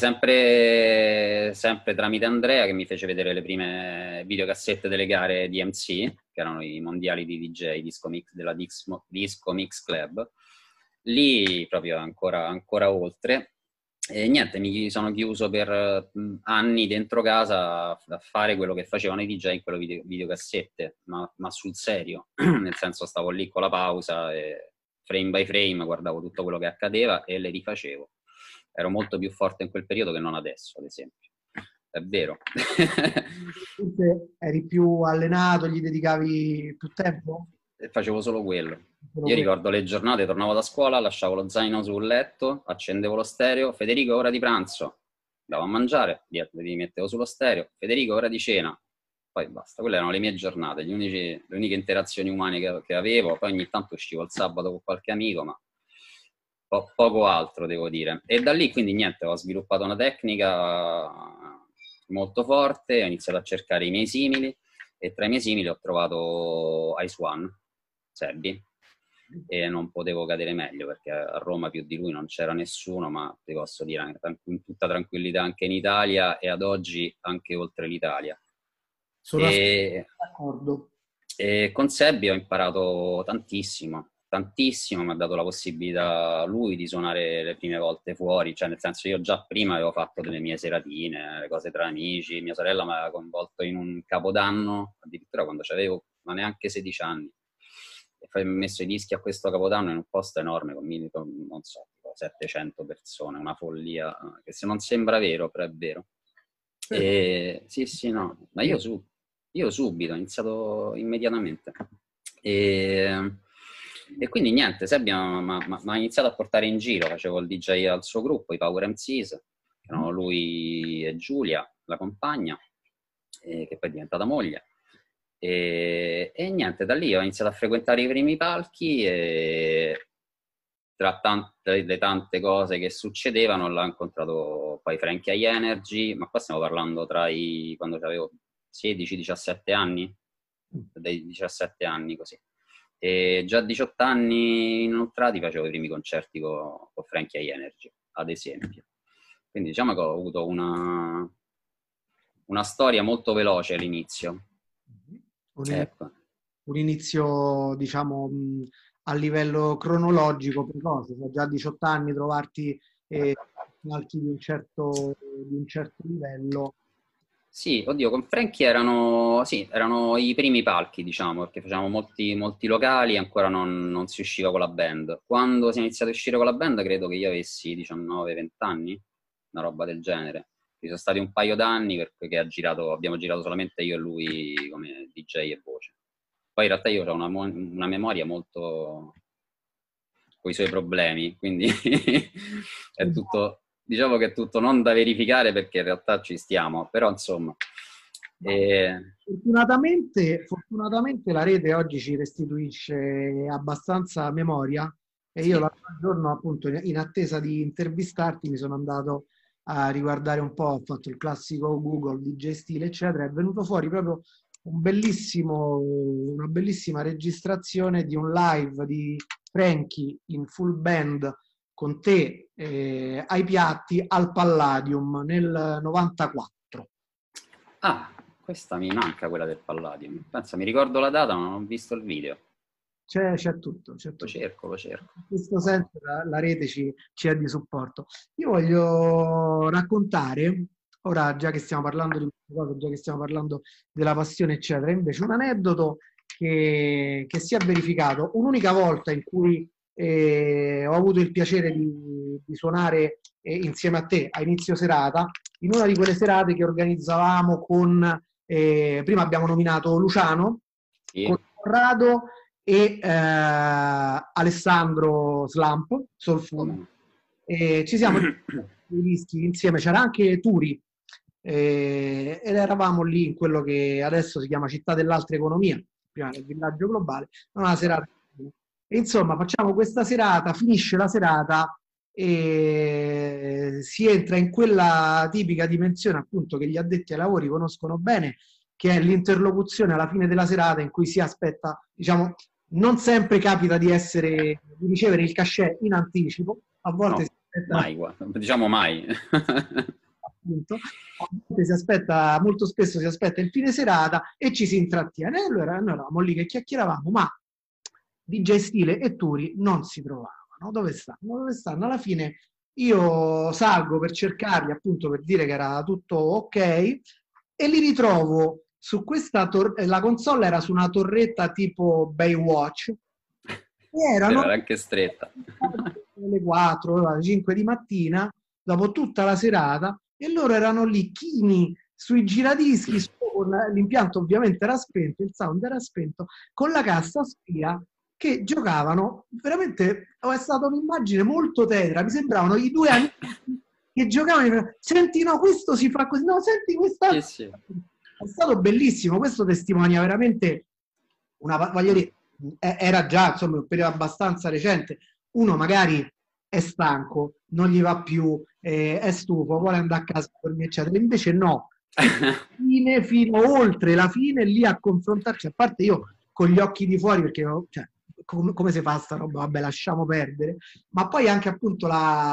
sempre tramite Andrea che mi fece vedere le prime videocassette delle gare di MC, che erano i mondiali di DJ Disco Mix, della Disco Mix Club. Lì proprio ancora oltre. E niente, mi sono chiuso per anni dentro casa a fare quello che facevano i DJ in quello videocassette, ma sul serio. Nel senso, stavo lì con la pausa e frame by frame guardavo tutto quello che accadeva e le rifacevo. Ero molto più forte in quel periodo che non adesso, ad esempio. È vero. Forse eri più allenato, gli dedicavi più tempo? E facevo solo quello. Solo Io quello. ricordo le giornate, tornavo da scuola, lasciavo lo zaino sul letto, accendevo lo stereo, Federico, ora di pranzo, andavo a mangiare, li mettevo sullo stereo, Federico, ora di cena, poi basta. Quelle erano le mie giornate, le uniche interazioni umane che avevo. Poi ogni tanto uscivo il sabato con qualche amico, ma poco altro, devo dire. E da lì quindi niente, ho sviluppato una tecnica molto forte, ho iniziato a cercare i miei simili e tra i miei simili ho trovato Ice One, Sebbi, e non potevo cadere meglio perché a Roma più di lui non c'era nessuno, ma ti posso dire in tutta tranquillità anche in Italia e ad oggi anche oltre l'Italia. Sono assolutamente d'accordo. E con Sebbi ho imparato tantissimo, mi ha dato la possibilità lui di suonare le prime volte fuori, cioè nel senso io già prima avevo fatto delle mie seratine, le cose tra amici, mia sorella mi aveva coinvolto in un capodanno, addirittura quando avevo ma neanche 16 anni, e poi mi ho messo i dischi a questo capodanno in un posto enorme con non so, tipo 700 persone, una follia, che se non sembra vero, però è vero. E, sì, no, ma io subito, ho iniziato immediatamente. E quindi niente, Sebbi mi ha iniziato a portare in giro, facevo il DJ al suo gruppo, i Power MCs, che erano lui e Giulia, la compagna, che poi è diventata moglie. E niente, da lì ho iniziato a frequentare i primi palchi e tra le tante cose che succedevano l'ho incontrato poi Frankie High Energy, ma qua stiamo parlando quando avevo 16-17 anni, dai 17 anni così. E già a 18 anni inoltrati facevo i primi concerti con Frankie High Energy, ad esempio. Quindi diciamo che ho avuto una storia molto veloce all'inizio. Ecco. Un inizio, diciamo, a livello cronologico precoce, cioè già a 18 anni trovarti palchi di un certo livello. Sì, oddio, con Frankie erano i primi palchi, diciamo, perché facevamo molti locali e ancora non si usciva con la band. Quando si è iniziato a uscire con la band credo che io avessi 19-20 anni, una roba del genere. Ci sono stati un paio d'anni perché abbiamo girato solamente io e lui come DJ e voce. Poi in realtà io ho una memoria molto con i suoi problemi, quindi è tutto, diciamo che è tutto non da verificare perché in realtà ci stiamo, però insomma. Fortunatamente la rete oggi ci restituisce abbastanza memoria e io Sì. l'altro giorno, appunto, in attesa di intervistarti mi sono andato a riguardare un po', ho fatto il classico Google, DJ Stile, eccetera, è venuto fuori proprio una bellissima registrazione di un live di Frankie in full band con te ai piatti al Palladium nel 94. Ah, questa mi manca, quella del Palladium. Pensa, mi ricordo la data, ma non ho visto il video. C'è tutto. Lo cerco. In questo senso la rete ci è di supporto. Io voglio raccontare, ora già che stiamo parlando di queste cose, già che stiamo parlando della passione, eccetera, invece un aneddoto che si è verificato un'unica volta in cui ho avuto il piacere di suonare insieme a te a inizio serata, in una di quelle serate che organizzavamo con, prima abbiamo nominato Luciano, Sì. con Corrado e Alessandro Slump, Soulful. Ci siamo visti insieme, c'era anche Turi, ed eravamo lì in quello che adesso si chiama Città dell'Alta Economia, prima del Villaggio Globale, una serata. E insomma, facciamo questa serata, finisce la serata e si entra in quella tipica dimensione appunto che gli addetti ai lavori conoscono bene, che è l'interlocuzione alla fine della serata in cui si aspetta, diciamo, non sempre capita di ricevere il cachet in anticipo, a volte si aspetta, mai, diciamo mai. appunto, a volte molto spesso si aspetta il fine serata e ci si intrattiene. E allora noi eravamo lì che chiacchieravamo, ma DJ Stile e Turi non si trovavano. Dove stanno? Alla fine io salgo per cercarli, appunto per dire che era tutto ok, e li ritrovo su questa la console era su una torretta tipo Baywatch e erano Era anche stretta. le 4, alle 5 di mattina, dopo tutta la serata, e loro erano lì chini sui giradischi, con l'impianto ovviamente era spento, il sound era spento, con la cassa spia che giocavano. Veramente è stata un'immagine molto tenera, mi sembravano i due amici che giocavano. Senti, no, questo si fa così, no, senti questa. Sì. È stato bellissimo, questo testimonia veramente voglio dire, era già insomma un periodo abbastanza recente, uno magari è stanco, non gli va più, è stufo, vuole andare a casa a dormire, eccetera, invece no, fino oltre la fine lì a confrontarci, a parte io con gli occhi di fuori, perché cioè, come si fa sta roba, vabbè, lasciamo perdere, ma poi anche appunto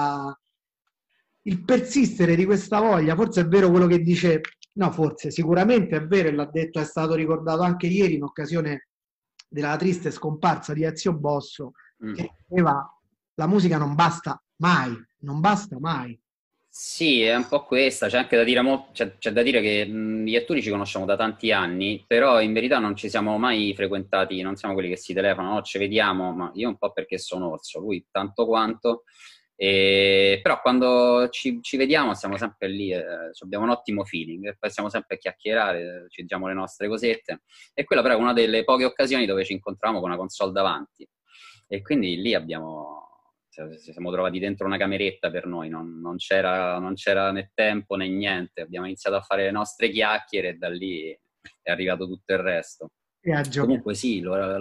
il persistere di questa voglia. Forse è vero quello che dice, no, forse sicuramente è vero, e l'ha detto, è stato ricordato anche ieri in occasione della triste scomparsa di Ezio Bosso, che diceva la musica non basta mai. Sì, è un po' questa, c'è anche da dire, c'è da dire che io e tu ci conosciamo da tanti anni, però in verità non ci siamo mai frequentati, non siamo quelli che si telefonano, no, ci vediamo, ma io un po' perché sono orso, lui tanto quanto, però quando ci vediamo siamo sempre lì, abbiamo un ottimo feeling, e poi siamo sempre a chiacchierare, ci diciamo le nostre cosette, e quella però è una delle poche occasioni dove ci incontriamo con una console davanti, e quindi lì ci siamo trovati dentro una cameretta per noi, non c'era né tempo né niente, abbiamo iniziato a fare le nostre chiacchiere e da lì è arrivato tutto il resto. Comunque sì,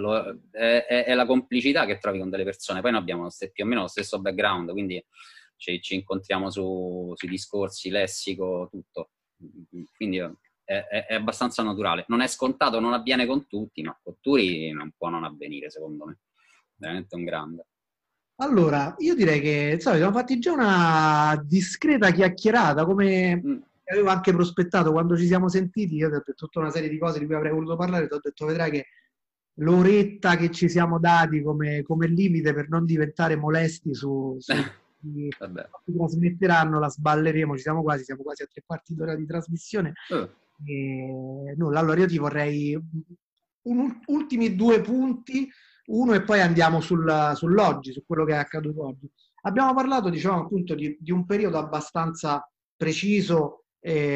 è la complicità che trovi con delle persone, poi noi abbiamo più o meno lo stesso background, quindi ci incontriamo sui discorsi, lessico, tutto, quindi è abbastanza naturale. Non è scontato, non avviene con tutti, ma con Turi non può non avvenire, secondo me. Veramente un grande. Allora, io direi che insomma, siamo fatti già una discreta chiacchierata, come avevo anche prospettato quando ci siamo sentiti. Io ti ho detto tutta una serie di cose di cui avrei voluto parlare, ti ho detto vedrai che l'oretta che ci siamo dati come limite per non diventare molesti su chi trasmetteranno la sballeremo, siamo quasi a 3/4 d'ora di trasmissione. Nulla, allora io ti vorrei ultimi 2 punti, uno, e poi andiamo sull'oggi, su quello che è accaduto oggi. Abbiamo parlato, diciamo, appunto di un periodo abbastanza preciso,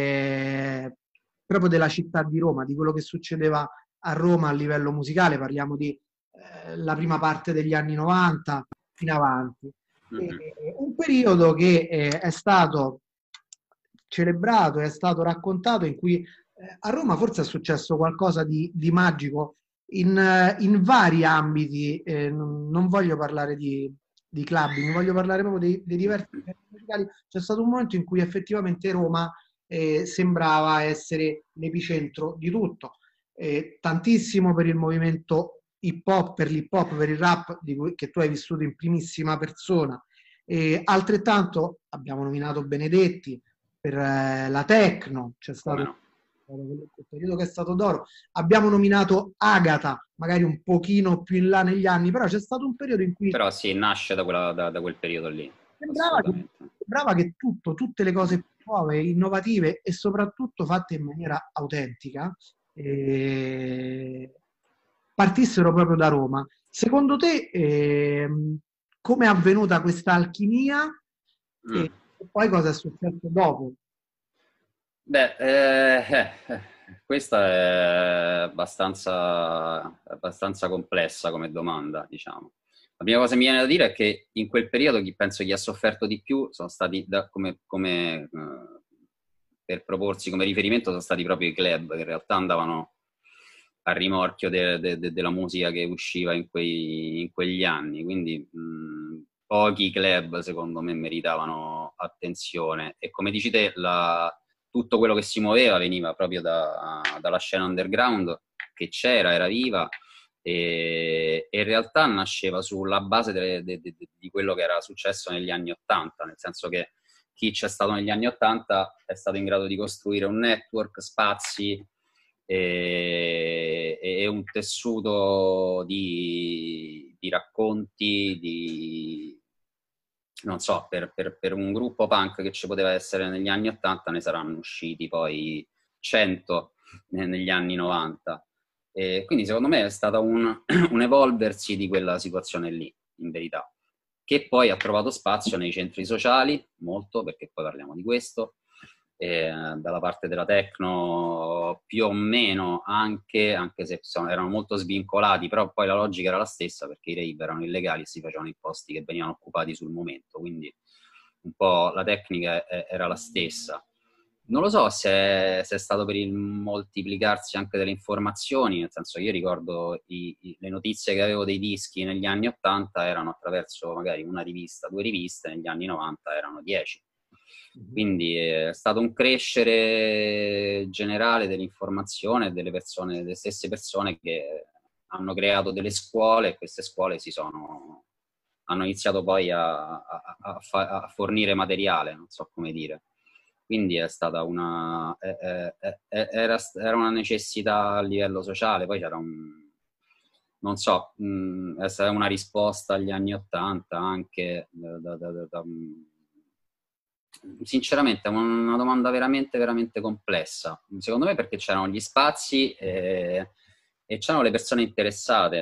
proprio della città di Roma, di quello che succedeva a Roma a livello musicale. Parliamo di la prima parte degli anni 90 in avanti. Un periodo che è stato celebrato, è stato raccontato, in cui a Roma forse è successo qualcosa di magico in vari ambiti. Non voglio parlare di clubbing, voglio parlare proprio dei diversi musicali, c'è stato un momento in cui effettivamente Roma sembrava essere l'epicentro di tutto. Tantissimo per il movimento hip hop, per l'hip hop, per il rap che tu hai vissuto in primissima persona. Altrettanto abbiamo nominato Benedetti per la techno, c'è stato Come no? quel periodo che è stato d'oro. Abbiamo nominato Agata, magari un pochino più in là negli anni, però c'è stato un periodo in cui Però sì, nasce da quel periodo lì, sembrava che, assolutamente. sembrava che tutte le cose più nuove, innovative e soprattutto fatte in maniera autentica partissero proprio da Roma. Secondo te, come è avvenuta questa alchimia Mm. e poi cosa è successo dopo? Beh, questa è abbastanza complessa come domanda, diciamo. La prima cosa che mi viene da dire è che in quel periodo penso chi ha sofferto di più sono stati, per proporsi come riferimento, sono stati proprio i club, che in realtà andavano a rimorchio della musica che usciva in quegli anni. Quindi pochi club, secondo me, meritavano attenzione. E come dici te, tutto quello che si muoveva veniva proprio dalla scena underground, che era viva, e in realtà nasceva sulla base di quello che era successo negli anni '80, nel senso che chi c'è stato negli anni '80 è stato in grado di costruire un network, spazi e un tessuto di racconti, non so, per un gruppo punk che ci poteva essere negli anni '80 ne saranno usciti poi 100 negli anni '90. E quindi secondo me è stato un evolversi di quella situazione lì, in verità, che poi ha trovato spazio nei centri sociali, molto, perché poi parliamo di questo, dalla parte della techno più o meno anche se erano molto svincolati, però poi la logica era la stessa, perché i rave erano illegali e si facevano in posti che venivano occupati sul momento, quindi un po' la tecnica era la stessa. Non lo so se è stato per il moltiplicarsi anche delle informazioni, nel senso che io ricordo le notizie che avevo dei dischi negli anni '80 erano attraverso magari una rivista, 2 riviste, negli anni '90 erano 10. Quindi è stato un crescere generale dell'informazione delle persone, delle stesse persone che hanno creato delle scuole, e queste scuole hanno iniziato poi a fornire materiale, non so come dire. Quindi è stata era una necessità a livello sociale, poi c'era non so, è stata una risposta agli anni '80 anche sinceramente è una domanda veramente, veramente complessa. Secondo me perché c'erano gli spazi e c'erano le persone interessate.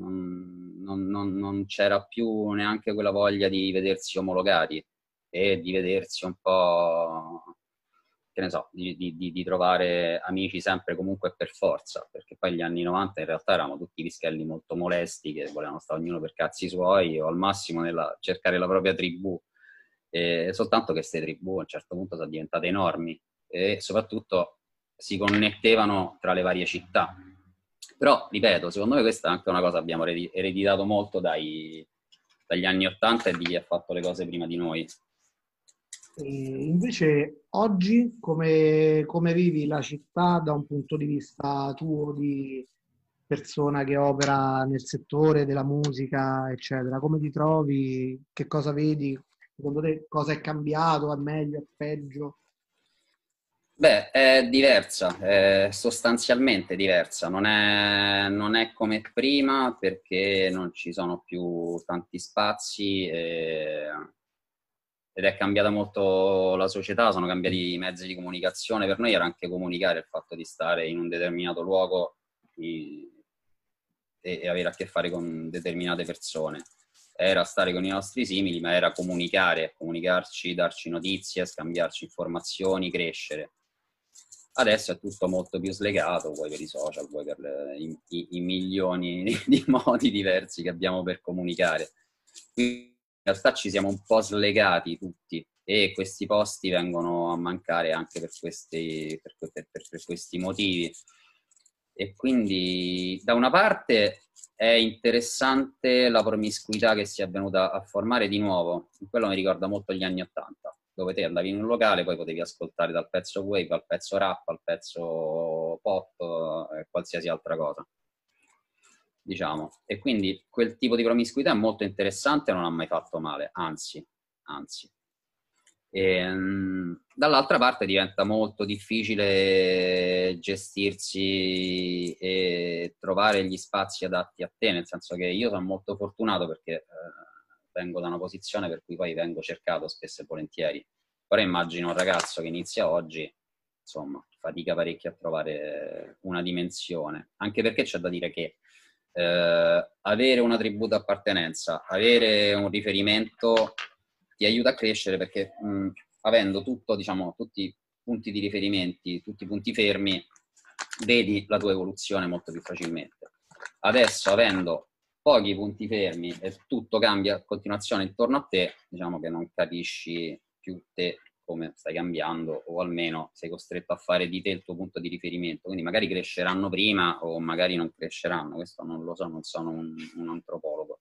Non c'era più neanche quella voglia di vedersi omologati e di vedersi un po', che ne so, di trovare amici sempre comunque per forza, perché poi gli anni '90 in realtà eravamo tutti pischelli molto molesti che volevano stare ognuno per cazzi suoi o al massimo cercare la propria tribù. Soltanto che queste tribù a un certo punto sono diventate enormi e soprattutto si connettevano tra le varie città. Però, ripeto, secondo me questa è anche una cosa che abbiamo ereditato molto dagli anni '80 e di chi ha fatto le cose prima di noi. E invece oggi come vivi la città da un punto di vista tuo di persona che opera nel settore della musica, eccetera? Come ti trovi? Che cosa vedi? Secondo te cosa è cambiato? È meglio? È peggio? Beh, è diversa, è sostanzialmente diversa, non è come prima perché non ci sono più tanti spazi ed è cambiata molto la società, sono cambiati i mezzi di comunicazione. Per noi era anche comunicare il fatto di stare in un determinato luogo e avere a che fare con determinate persone. Era stare con i nostri simili, ma era comunicarci, darci notizie, scambiarci informazioni, crescere. Adesso è tutto molto più slegato, vuoi per i social, vuoi per i milioni di modi diversi che abbiamo per comunicare. Quindi in realtà ci siamo un po' slegati tutti e questi posti vengono a mancare anche per questi motivi. E quindi da una parte è interessante la promiscuità che si è venuta a formare di nuovo. Quello mi ricorda molto gli anni '80, dove te andavi in un locale, poi potevi ascoltare dal pezzo wave al pezzo rap, al pezzo pop e qualsiasi altra cosa, diciamo. E quindi quel tipo di promiscuità è molto interessante e non ha mai fatto male, anzi, anzi. Dall'altra parte diventa molto difficile gestirsi e trovare gli spazi adatti a te, nel senso che io sono molto fortunato perché vengo da una posizione per cui poi vengo cercato spesso e volentieri. Ora immagino un ragazzo che inizia oggi, insomma, fatica parecchio a trovare una dimensione, anche perché c'è da dire che avere un attributo appartenenza, avere un riferimento ti aiuta a crescere, perché avendo tutto, diciamo, tutti i punti di riferimenti, tutti i punti fermi, vedi la tua evoluzione molto più facilmente. Adesso, avendo pochi punti fermi e tutto cambia a continuazione intorno a te, diciamo che non capisci più te come stai cambiando, o almeno sei costretto a fare di te il tuo punto di riferimento. Quindi magari cresceranno prima o magari non cresceranno, questo non lo so, non sono un antropologo.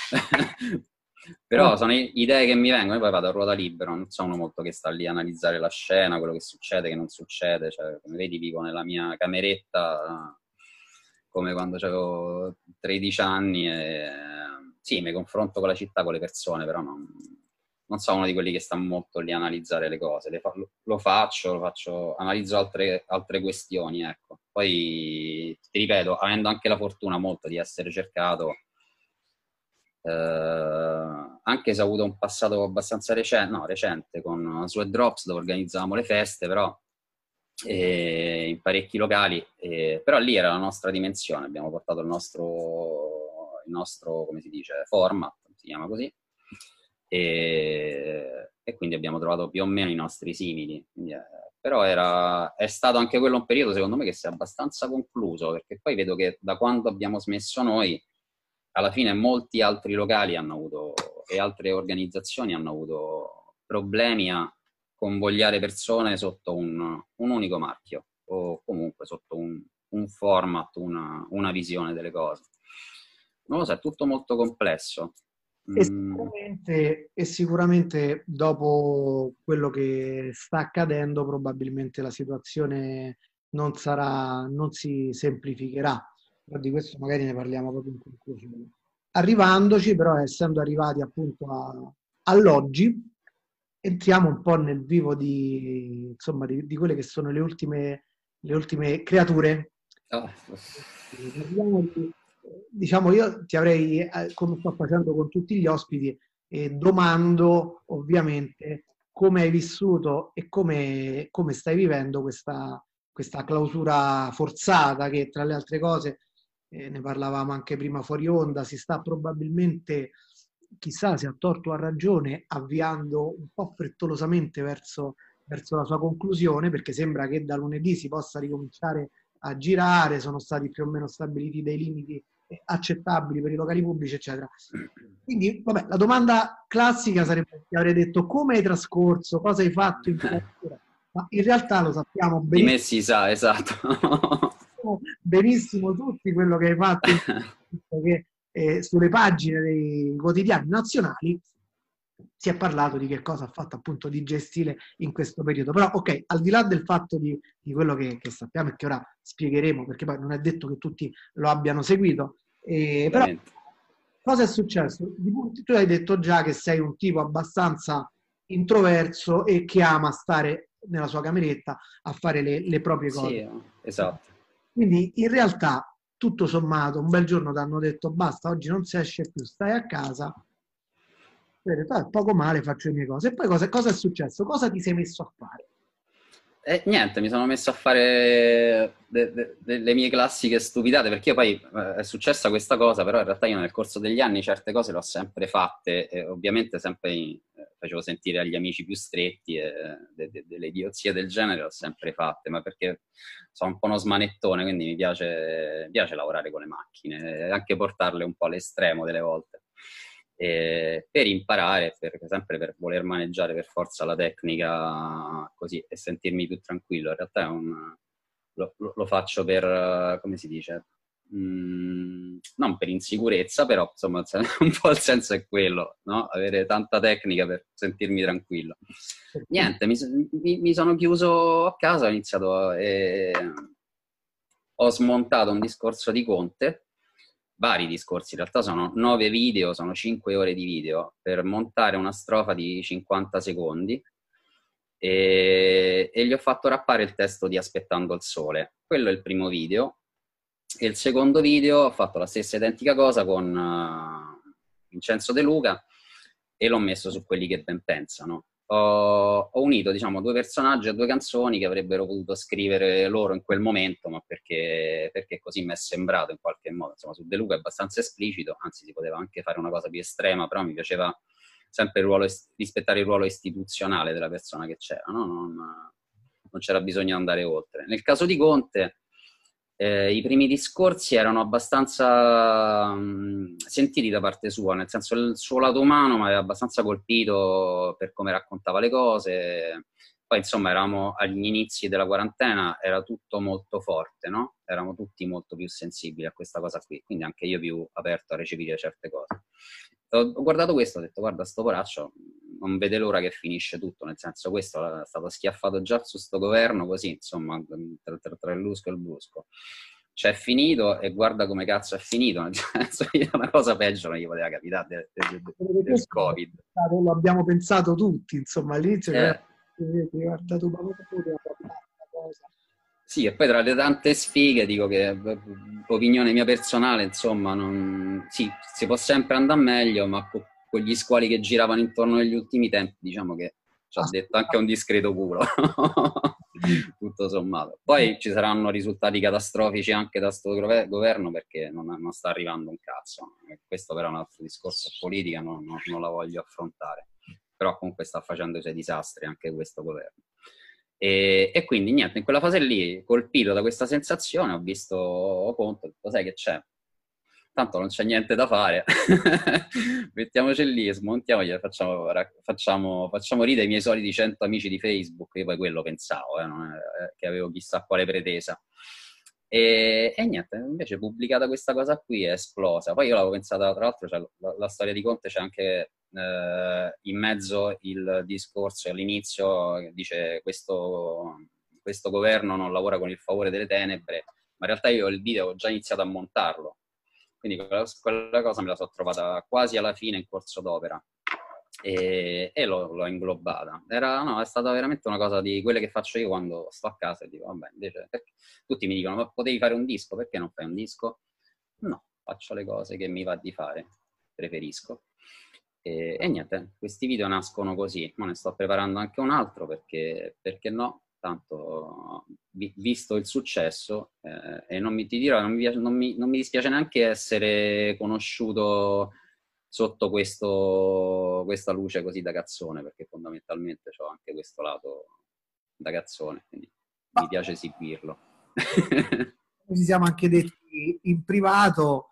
Però sono idee che mi vengono, e poi vado a ruota libera, non sono molto che sta lì a analizzare la scena, quello che succede, che non succede, cioè, come vedi vivo nella mia cameretta come quando avevo 13 anni e sì, mi confronto con la città, con le persone, però non sono uno di quelli che sta molto lì a analizzare le cose, lo faccio, analizzo altre questioni, ecco. Poi, ti ripeto, avendo anche la fortuna molto di essere cercato, anche se ho avuto un passato abbastanza recente con Sweat Drops, dove organizzavamo le feste, però in parecchi locali, però lì era la nostra dimensione, abbiamo portato il nostro come si dice, format, si chiama così, e quindi abbiamo trovato più o meno i nostri simili. Quindi, però è stato anche quello un periodo, secondo me, che si è abbastanza concluso, perché poi vedo che da quando abbiamo smesso noi, alla fine molti altri locali e altre organizzazioni hanno avuto problemi a convogliare persone sotto un unico marchio, o comunque sotto un format, una visione delle cose. Non lo so, è tutto molto complesso. E sicuramente dopo quello che sta accadendo, probabilmente la situazione non si semplificherà. Però di questo magari ne parliamo proprio in conclusione. Arrivandoci, però, essendo arrivati appunto all'oggi, entriamo un po' nel vivo insomma, di quelle che sono le ultime creature. Oh. Parliamo diciamo, io ti avrei, come sto facendo con tutti gli ospiti, domando ovviamente come hai vissuto e come stai vivendo questa clausura forzata che, tra le altre cose, ne parlavamo anche prima fuori onda, si sta probabilmente, chissà se a torto o a ragione, avviando un po' frettolosamente verso la sua conclusione, perché sembra che da lunedì si possa ricominciare a girare, sono stati più o meno stabiliti dei limiti accettabili per i locali pubblici, eccetera. Quindi, vabbè, la domanda classica sarebbe, ti avrei detto come hai trascorso, cosa hai fatto in cultura, ma in realtà lo sappiamo Di me benissimo, si sa, esatto. benissimo tutti quello che hai fatto, che sulle pagine dei quotidiani nazionali si è parlato di che cosa ha fatto appunto DJ Stile in questo periodo. Però, ok, al di là del fatto di quello che sappiamo e che ora spiegheremo, perché poi non è detto che tutti lo abbiano seguito, però cosa è successo? Tu hai detto già che sei un tipo abbastanza introverso e che ama stare nella sua cameretta a fare le proprie cose. Sì, esatto. Quindi in realtà, tutto sommato, un bel giorno ti hanno detto basta, oggi non si esce più, stai a casa. Poco male, faccio le mie cose. E poi cosa è successo? Cosa ti sei messo a fare? Niente, mi sono messo a fare le mie classiche stupidate, perché io poi è successa questa cosa, però in realtà io nel corso degli anni certe cose le ho sempre fatte, e ovviamente sempre facevo sentire agli amici più stretti, delle idiozie del genere le ho sempre fatte, ma perché sono un po' uno smanettone, quindi mi piace lavorare con le macchine, e anche portarle un po' all'estremo delle volte. Per imparare, sempre per voler maneggiare per forza la tecnica così e sentirmi più tranquillo. In realtà lo faccio per, come si dice, non per insicurezza, però insomma un po' il senso è quello, no? Avere tanta tecnica per sentirmi tranquillo. Niente, mi sono chiuso a casa, ho iniziato e ho smontato un discorso di Conte, vari discorsi, in realtà sono 9 video, sono 5 ore di video per montare una strofa di 50 secondi e gli ho fatto rappare il testo di Aspettando il sole. Quello è il primo video. E il secondo video ho fatto la stessa identica cosa con Vincenzo De Luca e l'ho messo su Quelli che ben pensano. Ho unito, diciamo, 2 personaggi a 2 canzoni che avrebbero potuto scrivere loro in quel momento, ma perché così mi è sembrato in qualche modo. Insomma, su De Luca è abbastanza esplicito, anzi si poteva anche fare una cosa più estrema, però mi piaceva sempre rispettare il ruolo istituzionale della persona che c'era, no? Non c'era bisogno di andare oltre. Nel caso di Conte, i primi discorsi erano abbastanza sentiti da parte sua, nel senso il suo lato umano mi aveva abbastanza colpito per come raccontava le cose. Poi insomma eravamo agli inizi della quarantena, era tutto molto forte, no? Eravamo tutti molto più sensibili a questa cosa qui, quindi anche io più aperto a recepire certe cose. Ho guardato questo, ho detto guarda sto poraccio non vede l'ora che finisce tutto, nel senso questo è stato schiaffato già su sto governo così, insomma, tra il lusco e il brusco. C'è finito e guarda come cazzo è finito, nel senso che una cosa peggio non gli poteva capitare del Covid. Lo abbiamo pensato tutti, insomma, all'inizio guarda tu, ma poteva capitare una cosa. Sì, e poi tra le tante sfighe dico che, opinione mia personale, insomma, sì, si può sempre andare meglio, ma con gli squali che giravano intorno negli ultimi tempi, diciamo che ci ha detto anche un discreto culo, tutto sommato. Poi ci saranno risultati catastrofici anche da sto governo perché non sta arrivando un cazzo. Questo però è un altro discorso politica, non la voglio affrontare. Però comunque sta facendo i suoi disastri anche questo governo. E quindi niente, in quella fase lì, colpito da questa sensazione, ho visto Conte, ho detto, sai che c'è? Tanto non c'è niente da fare, mettiamoci lì, smontiamogli, facciamo ridere i miei soliti 100 amici di Facebook, io poi quello pensavo, non è che avevo chissà quale pretesa. E niente, invece pubblicata questa cosa qui è esplosa. Poi io l'avevo pensata, tra l'altro cioè, la storia di Conte c'è anche in mezzo il discorso all'inizio che dice questo governo non lavora con il favore delle tenebre, ma in realtà io il video ho già iniziato a montarlo, quindi quella cosa me la sono trovata quasi alla fine in corso d'opera e l'ho inglobata. È stata veramente una cosa di quelle che faccio io quando sto a casa e dico vabbè, invece tutti mi dicono ma potevi fare un disco, perché non fai un disco? No, faccio le cose che mi va di fare, preferisco. E niente, questi video nascono così, ma ne sto preparando anche un altro perché no, tanto visto il successo e ti dirò, non mi dispiace neanche essere conosciuto sotto questa luce così da cazzone, perché fondamentalmente ho anche questo lato da cazzone, quindi mi piace esibirlo. Ci siamo anche detti in privato,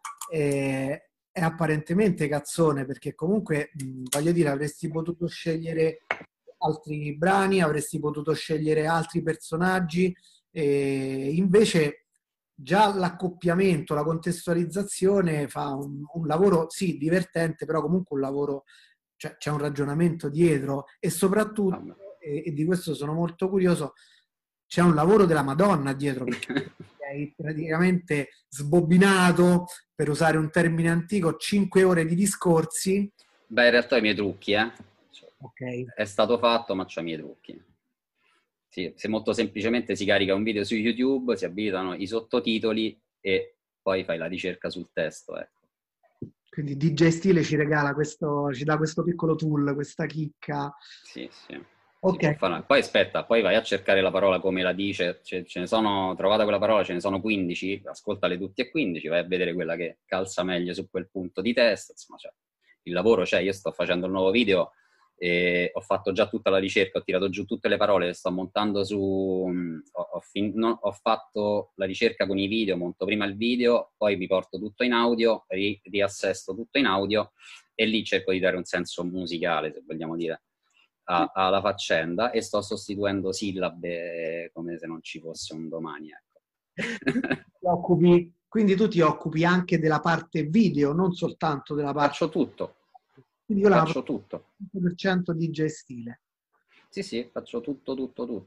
è apparentemente cazzone perché comunque voglio dire avresti potuto scegliere altri brani, avresti potuto scegliere altri personaggi e invece già l'accoppiamento, la contestualizzazione fa un lavoro sì divertente, però comunque un lavoro, cioè c'è un ragionamento dietro e soprattutto, e di questo sono molto curioso, c'è un lavoro della Madonna dietro perché hai praticamente sbobbinato, per usare un termine antico, 5 ore di discorsi. Beh, in realtà ho i miei trucchi, Ok. È stato fatto, ma c'ho i miei trucchi. Sì, se molto semplicemente si carica un video su YouTube, si abilitano i sottotitoli e poi fai la ricerca sul testo, ecco. Quindi DJ Stile ci regala questo, ci dà questo piccolo tool, questa chicca. Sì, sì. Ok. Poi aspetta, poi vai a cercare la parola come la dice, ce ne sono, trovata quella parola, ce ne sono 15, ascoltale tutti e 15, vai a vedere quella che calza meglio su quel punto di testa, insomma, cioè, il lavoro c'è, io sto facendo il nuovo video e ho fatto già tutta la ricerca, ho tirato giù tutte le parole, le sto montando su... ho fatto la ricerca con i video, monto prima il video, poi mi porto tutto in audio, riassesto tutto in audio e lì cerco di dare un senso musicale, se vogliamo dire, alla faccenda e sto sostituendo sillabe come se non ci fosse un domani, ecco. Quindi tu ti occupi anche della parte video, non soltanto della parte... Faccio tutto, Quindi io la faccio tutto. 100% DJ stile. Sì, faccio tutto.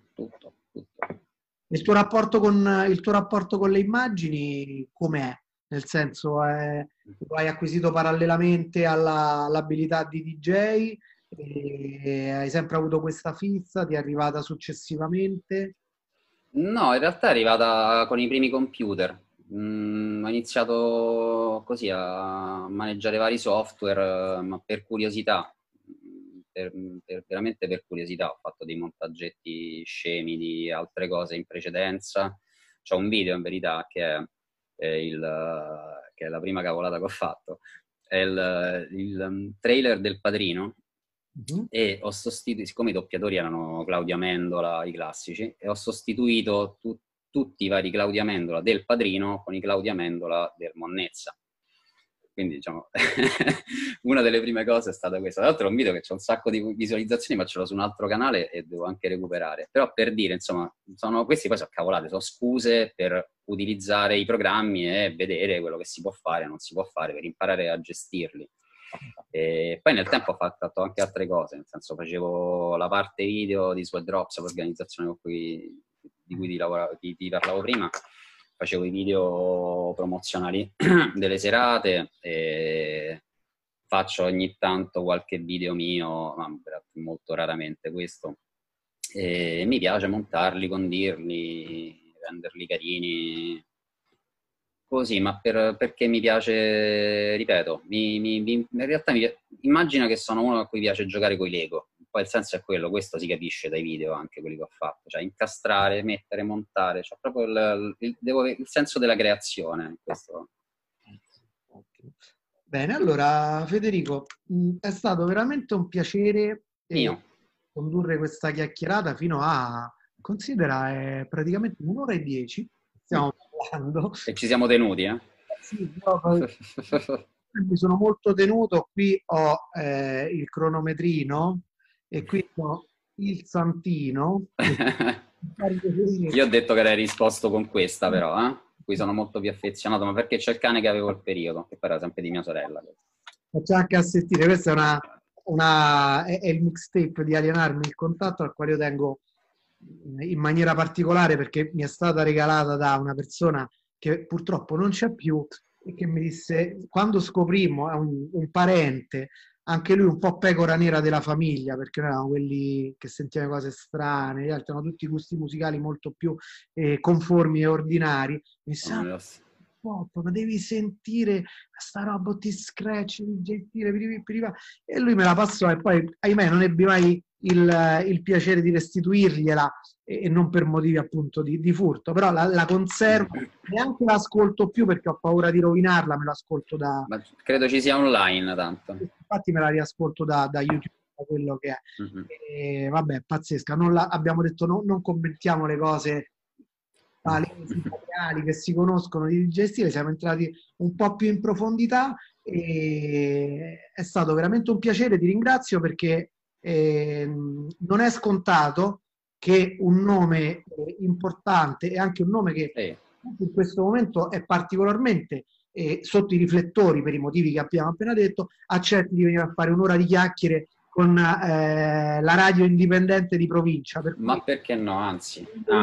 Il tuo rapporto con le immagini com'è? Nel senso, lo hai acquisito parallelamente all'abilità di DJ? Hai sempre avuto questa fissa? Ti è arrivata successivamente? No, in realtà è arrivata con i primi computer. Ho iniziato così a maneggiare vari software, ma per curiosità, veramente per curiosità. Ho fatto dei montaggetti scemi di altre cose in precedenza. C'ho un video in verità che è la prima cavolata che ho fatto. È il trailer del Padrino. E ho sostituito, siccome i doppiatori erano Claudio Amendola, i classici, e ho sostituito tutti i vari Claudio Amendola del Padrino con i Claudio Amendola del Monnezza. Quindi, diciamo, una delle prime cose è stata questa. Tra l'altro è un video che c'è un sacco di visualizzazioni, ma ce l'ho su un altro canale e devo anche recuperare. Però per dire, insomma, questi poi sono cavolate, sono scuse per utilizzare i programmi e vedere quello che si può fare e non si può fare, per imparare a gestirli. E poi nel tempo ho fatto anche altre cose, nel senso facevo la parte video di Sweat Drops, l'organizzazione di cui ti parlavo prima. Facevo i video promozionali delle serate e faccio ogni tanto qualche video mio, ma molto raramente questo, e mi piace montarli, condirli, renderli carini, così, ma perché mi piace, ripeto, in realtà immagina che sono uno a cui piace giocare con i Lego. Poi il senso è quello, questo si capisce dai video anche quelli che ho fatto, cioè incastrare, mettere, montare, cioè proprio il senso della creazione. Questo. Bene, allora Federico, è stato veramente un piacere condurre questa chiacchierata fino a, considera, è praticamente 1 ora e 10, stiamo parlando. E ci siamo tenuti, eh? Sì, mi sono molto tenuto, qui ho il cronometrino e qui ho il santino. Io ho detto che avrei risposto con questa, però, qui sono molto più affezionato, ma perché c'è il cane che avevo il periodo, che poi era sempre di mia sorella. Faccio anche a sentire, questo è il mixtape di Alienarmi il contatto, al quale io tengo in maniera particolare perché mi è stata regalata da una persona che purtroppo non c'è più e che mi disse, quando scoprimmo, un parente, anche lui un po' pecora nera della famiglia, perché noi eravamo quelli che sentivano cose strane, gli altri hanno tutti gusti musicali molto più conformi e ordinari. Mi sa, ma devi sentire questa roba, ti scratch, ti gentile, e lui me la passò e poi, ahimè, non ebbi mai il piacere di restituirgliela e non per motivi appunto di furto, però la conservo, neanche l'ascolto più perché ho paura di rovinarla, me l'ascolto da... Ma credo ci sia online tanto. Infatti me la riascolto da YouTube, da quello che è. E, vabbè, pazzesca, abbiamo detto non commentiamo le cose palesi, che si conoscono di gestire, siamo entrati un po' più in profondità e è stato veramente un piacere, ti ringrazio perché non è scontato che un nome importante e anche un nome che in questo momento è particolarmente sotto i riflettori per i motivi che abbiamo appena detto, accetti di venire a fare un'ora di chiacchiere con la radio indipendente di provincia. Ma perché no? Anzi.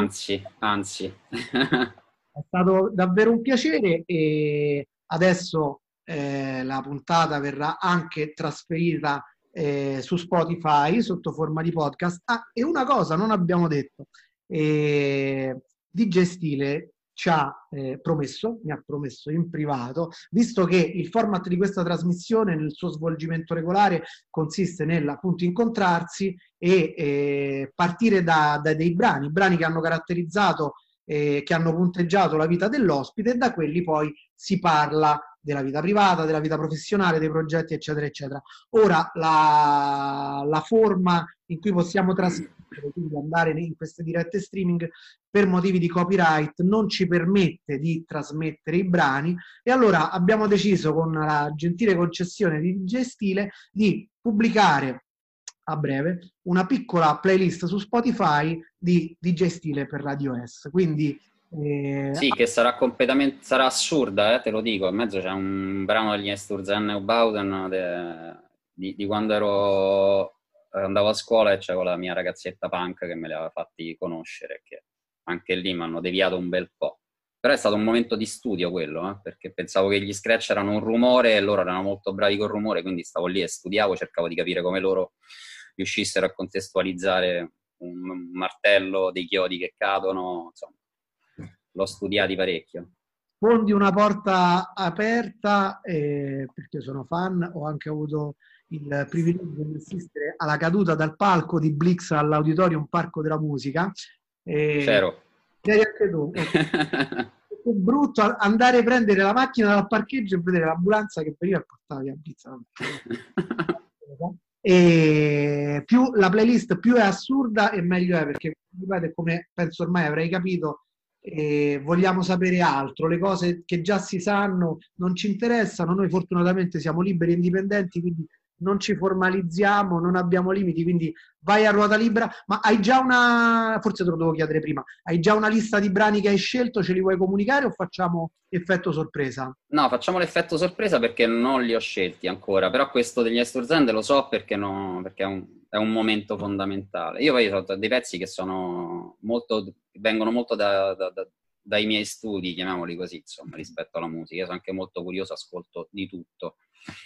È stato davvero un piacere e adesso la puntata verrà anche trasferita su Spotify sotto forma di podcast. E una cosa non abbiamo detto, DJ Stile mi ha promesso in privato, visto che il format di questa trasmissione nel suo svolgimento regolare consiste nel appunto incontrarsi e partire da dei brani che hanno caratterizzato, che hanno punteggiato la vita dell'ospite, e da quelli poi si parla della vita privata, della vita professionale, dei progetti, eccetera, eccetera. Ora, la forma in cui possiamo trasmettere, quindi andare in queste dirette streaming, per motivi di copyright non ci permette di trasmettere i brani, e allora abbiamo deciso, con la gentile concessione di DJ Stile, di pubblicare a breve una piccola playlist su Spotify di DJ Stile per Radio S. Quindi Sì, che sarà completamente, sarà assurda, te lo dico. In mezzo c'è un brano degli Einstürzen e Bauten di quando andavo a scuola e c'avevo la mia ragazzetta punk che me li aveva fatti conoscere, che anche lì mi hanno deviato un bel po'. Però è stato un momento di studio quello, perché pensavo che gli scratch erano un rumore e loro erano molto bravi col rumore, quindi stavo lì e studiavo, cercavo di capire come loro riuscissero a contestualizzare un martello, dei chiodi che cadono, insomma, l'ho studiati parecchio. Sfondi una porta aperta, perché sono fan, ho anche avuto il privilegio di assistere alla caduta dal palco di Blix all'Auditorium Parco della Musica. C'ero. C'eri anche tu. È brutto andare a prendere la macchina dal parcheggio e vedere l'ambulanza che veniva a portarti a Blix. E più la playlist più è assurda e meglio è, perché ripeto, come penso ormai avrei capito, vogliamo sapere altro, le cose che già si sanno non ci interessano, noi fortunatamente siamo liberi e indipendenti, quindi non ci formalizziamo, non abbiamo limiti, quindi vai a ruota libera. Ma hai già forse te lo devo chiedere prima, hai già una lista di brani che hai scelto, ce li vuoi comunicare o facciamo effetto sorpresa? No, facciamo l'effetto sorpresa perché non li ho scelti ancora, però questo degli Einstürzen lo so perché è un momento fondamentale. Io poi ho dei pezzi che vengono molto dai miei studi, chiamiamoli così, insomma, rispetto alla musica. Io sono anche molto curioso, ascolto di tutto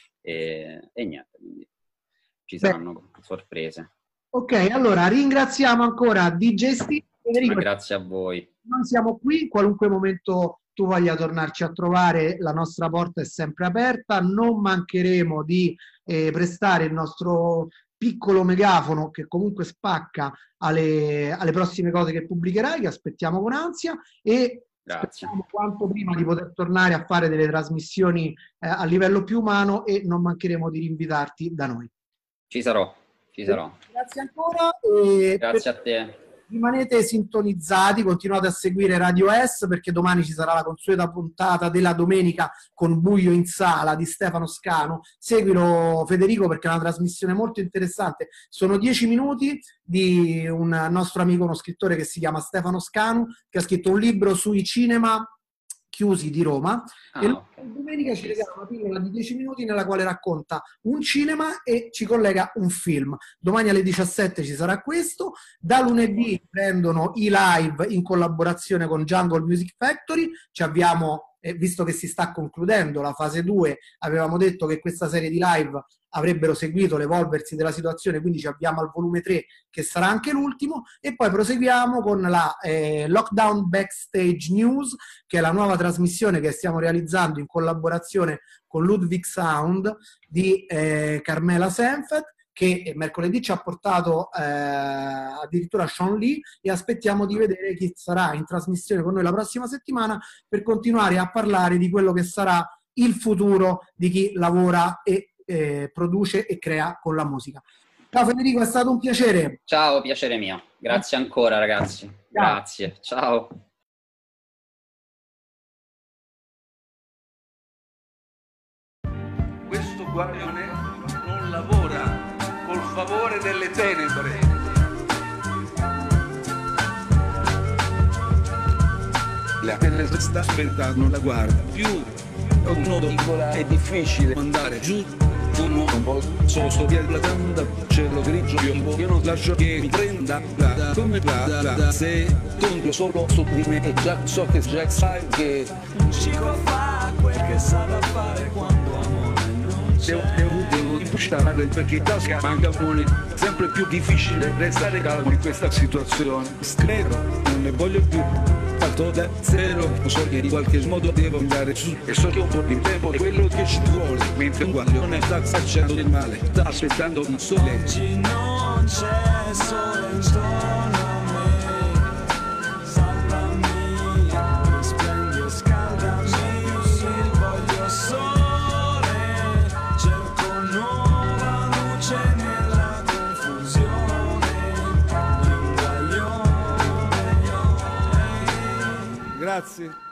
e niente, quindi ci saranno sorprese. Ok, allora ringraziamo ancora DJ Steve. Federico, grazie a voi. Noi siamo qui, in qualunque momento tu voglia tornarci a trovare, la nostra porta è sempre aperta, non mancheremo di prestare il nostro piccolo megafono che comunque spacca alle prossime cose che pubblicherai, che aspettiamo con ansia, e speriamo quanto prima di poter tornare a fare delle trasmissioni a livello più umano, e non mancheremo di rinvitarti da noi. Ci sarò. Grazie ancora. Grazie a te. Rimanete sintonizzati, continuate a seguire Radio S, perché domani ci sarà la consueta puntata della domenica con Buio in Sala di Stefano Scanu. Seguilo, Federico, perché è una trasmissione molto interessante. Sono 10 minuti di un nostro amico, uno scrittore che si chiama Stefano Scanu, che ha scritto un libro sui cinema chiusi di Roma, e domenica ci regala una pillola di 10 minuti nella quale racconta un cinema e ci collega un film. Domani alle 17 ci sarà questo. Da lunedì prendono i live in collaborazione con Jungle Music Factory. Ci abbiamo, visto che si sta concludendo la fase 2, avevamo detto che questa serie di live avrebbero seguito l'evolversi della situazione, quindi ci abbiamo al volume 3 che sarà anche l'ultimo, e poi proseguiamo con la Lockdown Backstage News, che è la nuova trasmissione che stiamo realizzando in collaborazione con Ludwig Sound di Carmela Senfet, che mercoledì ci ha portato addirittura Sean Lee, e aspettiamo di vedere chi sarà in trasmissione con noi la prossima settimana per continuare a parlare di quello che sarà il futuro di chi lavora e produce e crea con la musica. Ciao Federico, è stato un piacere. Ciao, piacere mio. Grazie ancora ragazzi. Grazie, ciao. Questo guarione non lavora col favore delle tenebre. La tenebre sta aspettando, la guarda più. Un nodo è difficile andare giù. Fumo un po', sono via la tenda, cielo grigio piombo, io non lascio che mi prenda, come vada, se conto solo su di me e già so che già sai che Cico fa quel che sa da fare quando amore non c'è. devo impostare perché in tasca manca moneta, sempre più difficile restare calmo in questa situazione, spero, non ne voglio più. Parto da zero, so che in qualche modo devo andare su e so che un po' di tempo è quello che ci vuole, mentre un guaglione sta facendo del male, sta aspettando un sole. Oggi non c'è sole intorno a me, salvami, splendi e scaldami, voglio sole, cerco nuova luce nella confusione, di un guaglione. Grazie.